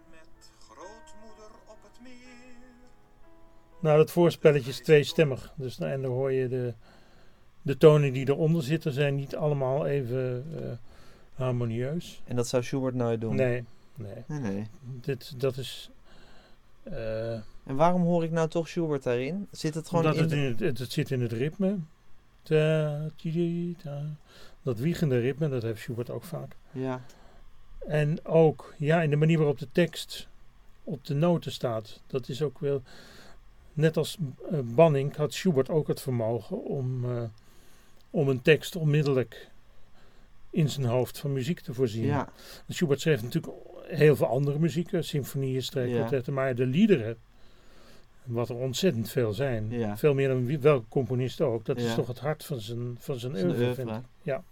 Nou, dat voorspelletje is tweestemmig. Dus, en dan hoor je de tonen die eronder zitten zijn niet allemaal even harmonieus. En dat zou Schubert nooit doen? Nee. Dat is... en waarom hoor ik nou toch Schubert daarin? Zit het gewoon het zit in het ritme. Dat wiegende ritme, dat heeft Schubert ook vaak. Ja. En ook in de manier waarop de tekst op de noten staat. Dat is ook wel... Net als Banning had Schubert ook het vermogen om een tekst onmiddellijk in zijn hoofd van muziek te voorzien. Ja. Schubert schreef natuurlijk heel veel andere muziek, symfonieën, strijkkwartetten, maar de liederen, wat er ontzettend veel zijn, veel meer dan welke componist ook, dat is toch het hart van zijn oeuvre, vind ik. Ja.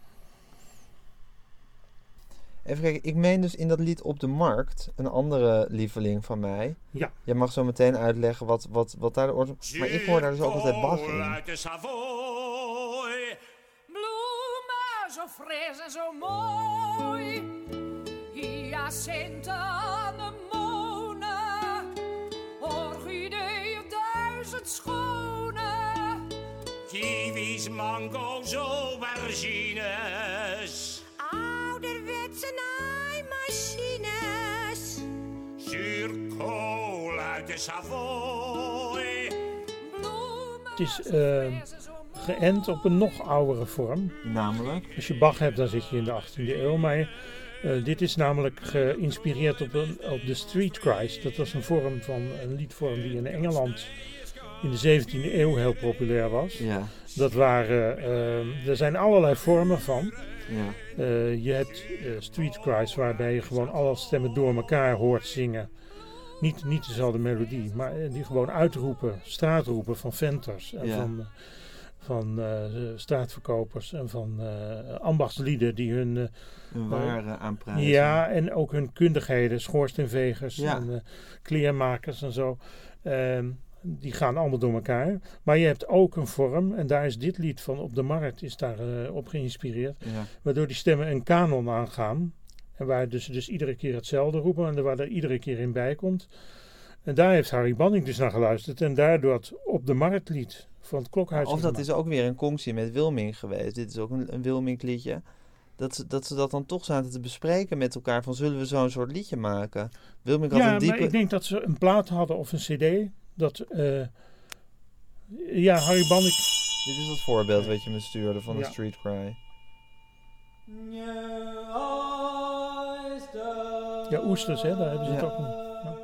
Even kijken, ik meen dus in dat lied Op de Markt, een andere lieveling van mij. Ja. Jij mag zo meteen uitleggen wat daar de oorsprong... Maar ik hoor daar dus ook altijd Bach in. Uit de Savoy, bloemen zo fris en zo mooi. Hyacinten, anemonen, orchideeën, 1000 schone. Kiwis, mango's, aubergines. Ouderwetse naaimachines. Zuurkool uit de Savoy. Het is geënt op een nog oudere vorm. Namelijk? Als je Bach hebt, dan zit je in de 18e eeuw. Maar dit is namelijk geïnspireerd op de Street Cries. Dat was een liedvorm die in Engeland in de 17e eeuw heel populair was. Ja. Er zijn allerlei vormen van. Ja. Je hebt Street Cries waarbij je gewoon alle stemmen door elkaar hoort zingen. Niet dezelfde melodie, maar die gewoon uitroepen, straatroepen van venters en van straatverkopers en van ambachtslieden die hun waren aanprijzen. Ja, en ook hun kundigheden, schoorsteenvegers en kleermakers en zo. Die gaan allemaal door elkaar. Maar je hebt ook een vorm, en daar is dit lied van Op de Markt is daar op geïnspireerd. Ja. Waardoor die stemmen een kanon aangaan. En waar dus iedere keer hetzelfde roepen en waar er iedere keer in bij komt. En daar heeft Harry Banning dus naar geluisterd. En daardoor het Op de Markt lied van het Klokhuis. Of dat is ook weer een conctie met Wilming geweest. Dit is ook een Wilming liedje. Dat ze dat dan toch zaten te bespreken met elkaar. Van zullen we zo'n soort liedje maken? Wilming had een diepe... maar ik denk dat ze een plaat hadden of een cd. Harry Banning... Dit is het voorbeeld wat je me stuurde van de Street Cry. Ja, oesters, hè, daar hebben ze het ook een...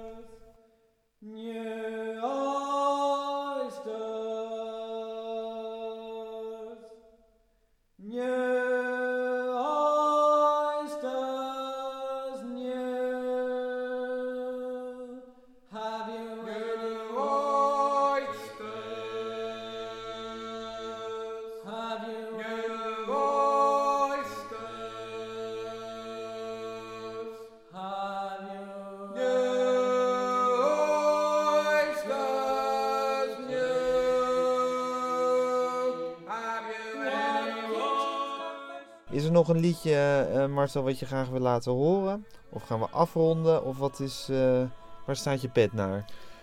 Is er nog een liedje, Marcel, wat je graag wil laten horen? Of gaan we afronden? Of wat is, waar staat je pet naar?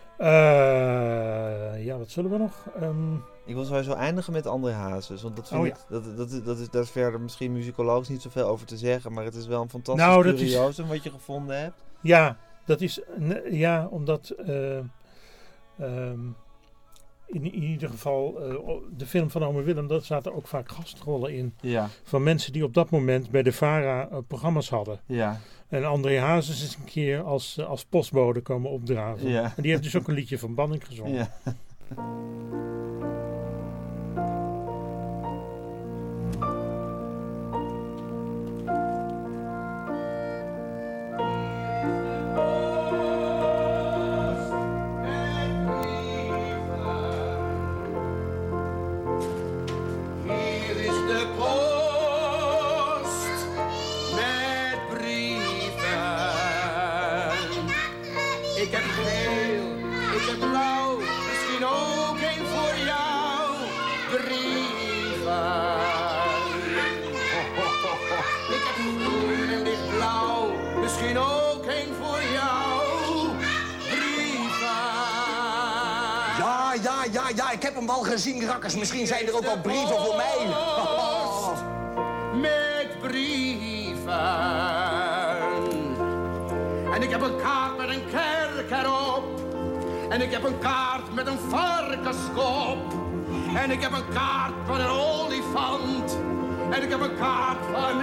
Wat zullen we nog? Ik wil sowieso eindigen met André Hazes. Want dat vind ik, dat is verder misschien muzikologisch niet zoveel over te zeggen. Maar het is wel een fantastisch curiosum wat je gevonden hebt. Ja, dat is... Ja, omdat... in ieder geval, de film van Ome Willem, daar zaten ook vaak gastrollen in. Ja. Van mensen die op dat moment bij de VARA programma's hadden. Ja. En André Hazes is een keer als postbode komen opdraven. Ja. En die heeft dus ook een liedje van Banning gezongen. Ja. Ik heb blauw, misschien ook een voor ik heb hem wel gezien, rakkers. Misschien zijn er ook wel brieven voor mij. Met brieven. En ik heb een kaart met een kerk erop. En ik heb een kaart met een varkenskop. En ik heb een kaart van een olifant. En ik heb een kaart van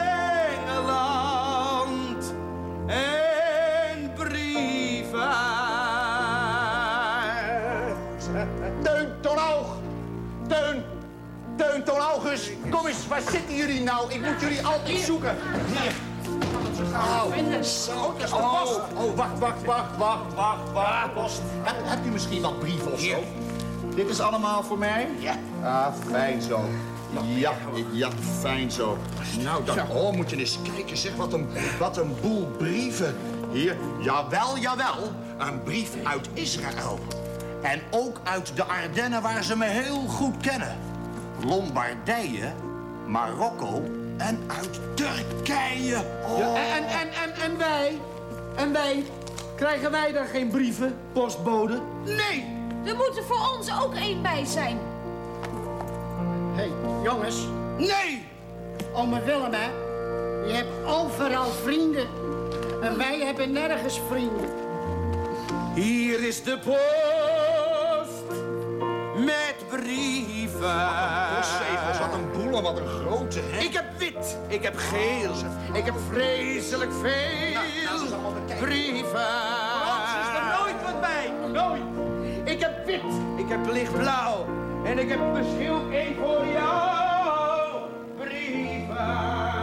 Engeland. En brieven. Teun, Toon Aug. Teun, Toon August. Kom eens, waar zitten jullie nou? Ik moet jullie altijd zoeken. Hier. Wacht. Hebt u misschien wat brieven of zo? Dit is allemaal voor mij? Ja. Ah, fijn zo. Ja, fijn zo. Nou, dan moet je eens kijken, zeg, wat een boel brieven. Hier, jawel. Een brief uit Israël. En ook uit de Ardennen, waar ze me heel goed kennen. Lombardije, Marokko en uit Turkije. Oh. Ja, en wij? Krijgen wij daar geen brieven, postbode? Nee! Er moet er voor ons ook één bij zijn. Hé, jongens. Nee! Ome Willem, hè? Je hebt overal vrienden. En wij hebben nergens vrienden. Hier is de post met brieven. Postzegels, wat een boel en wat een grote, hè? Ik heb wit, ik heb geel, ik heb vreselijk veel brieven. Frans, is er nooit wat bij? Nooit. Ik heb wit, ik heb lichtblauw en ik heb misschien ook één voor jou. Brieven.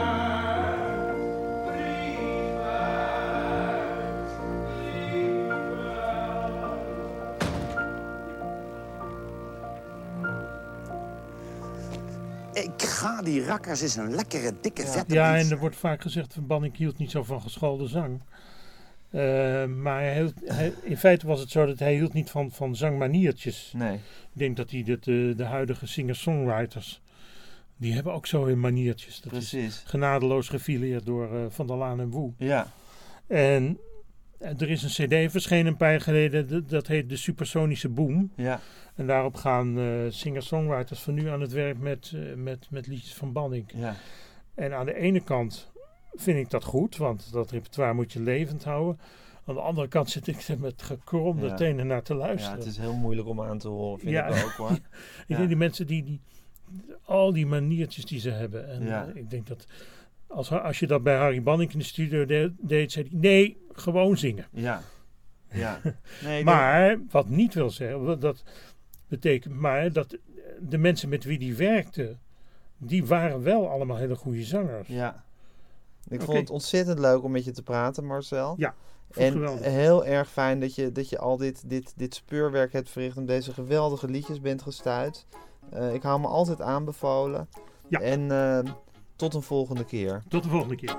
Ik ga die rakkers eens een lekkere, dikke, vette Ja, brief. en er wordt vaak gezegd van Banning hield niet zo van geschoolde zang. Maar in feite was het zo dat hij hield niet van zangmaniertjes. Nee. Ik denk dat de huidige singer-songwriters, die hebben ook zo hun maniertjes. Dat Precies. is genadeloos gefileerd door Van der Laan en Woe. Ja. En er is een cd verschenen een paar jaar geleden, dat heet De Supersonische Boom. Ja. En daarop gaan singer-songwriters van nu aan het werk met liedjes van Banning. Ja. En aan de ene kant vind ik dat goed, want dat repertoire moet je levend houden. Aan de andere kant zit ik er met gekromde tenen naar te luisteren. Ja, het is heel moeilijk om aan te horen, vind ik ook hoor. Ik denk die mensen die al die maniertjes die ze hebben. En ik denk dat als je dat bij Harry Banning in de studio deed, zei hij, nee, gewoon zingen. Ja. Nee, maar wat niet wil zeggen, dat betekent maar dat de mensen met wie die werkte, die waren wel allemaal hele goede zangers. Ja. Ik vond het ontzettend leuk om met je te praten, Marcel. Ja, en geweldig. Heel erg fijn dat je al dit speurwerk hebt verricht en deze geweldige liedjes bent gestuit. Ik hou me altijd aanbevolen. Ja. En tot een volgende keer. Tot de volgende keer.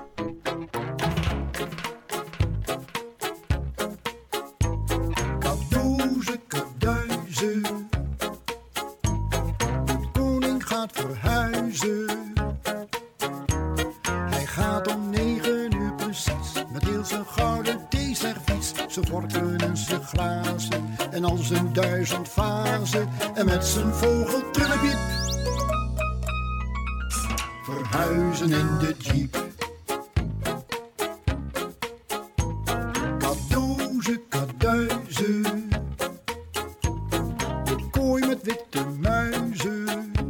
Kadoezen, kaduizen. De koning gaat verhuizen. Hij gaat om 9 uur precies. Met heel zijn gouden theeservies. Zijn vorken en zijn glazen. En al zijn 1000 vazen. En met zijn vogeltrillepiep. Verhuizen in de jeep. Kadoezen, kaduizen. De kooi met witte muizen.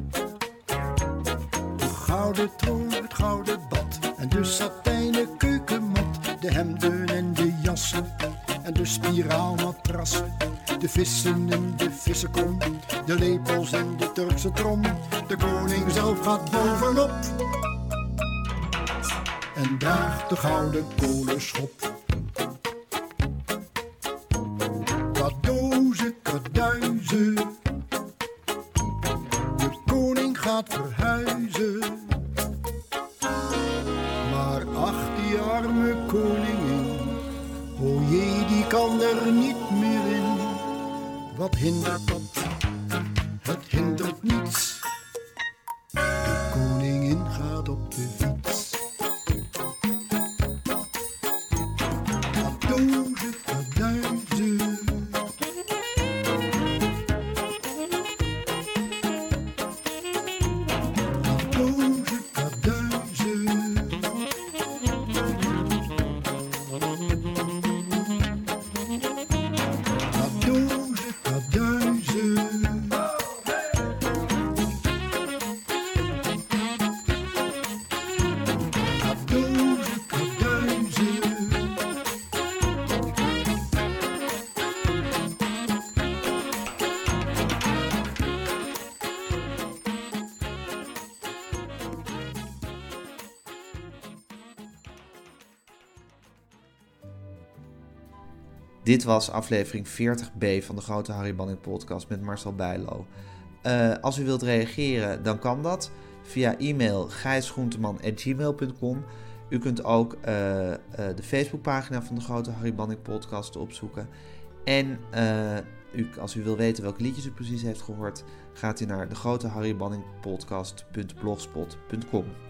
De gouden troon, het gouden bad. En de satijnen keukenmat. De hemden en de jassen. En de spiraalmatrassen. De vissen en de vissenkom. De lepels en de Turkse trom. De koning zelf gaat bovenop. En draagt de gouden kolenschop. Kadoezen, kaduizen. De koning gaat verhuizen. Maar ach, die arme koningin. O jee, die kan er niet meer in. Wat hindert dat? Het hindert niets. De koningin gaat op de fiets. Kadoezen, kaduizen. Dit was aflevering 40b van de Grote Harry Banning podcast met Marcel Bijlo. Als u wilt reageren, dan kan dat via e-mail gijsgroenteman@gmail.com. U kunt ook de Facebookpagina van de Grote Harry Banning podcast opzoeken. En als u wil weten welke liedjes u precies heeft gehoord, gaat u naar degroteharrybanningpodcast.blogspot.com.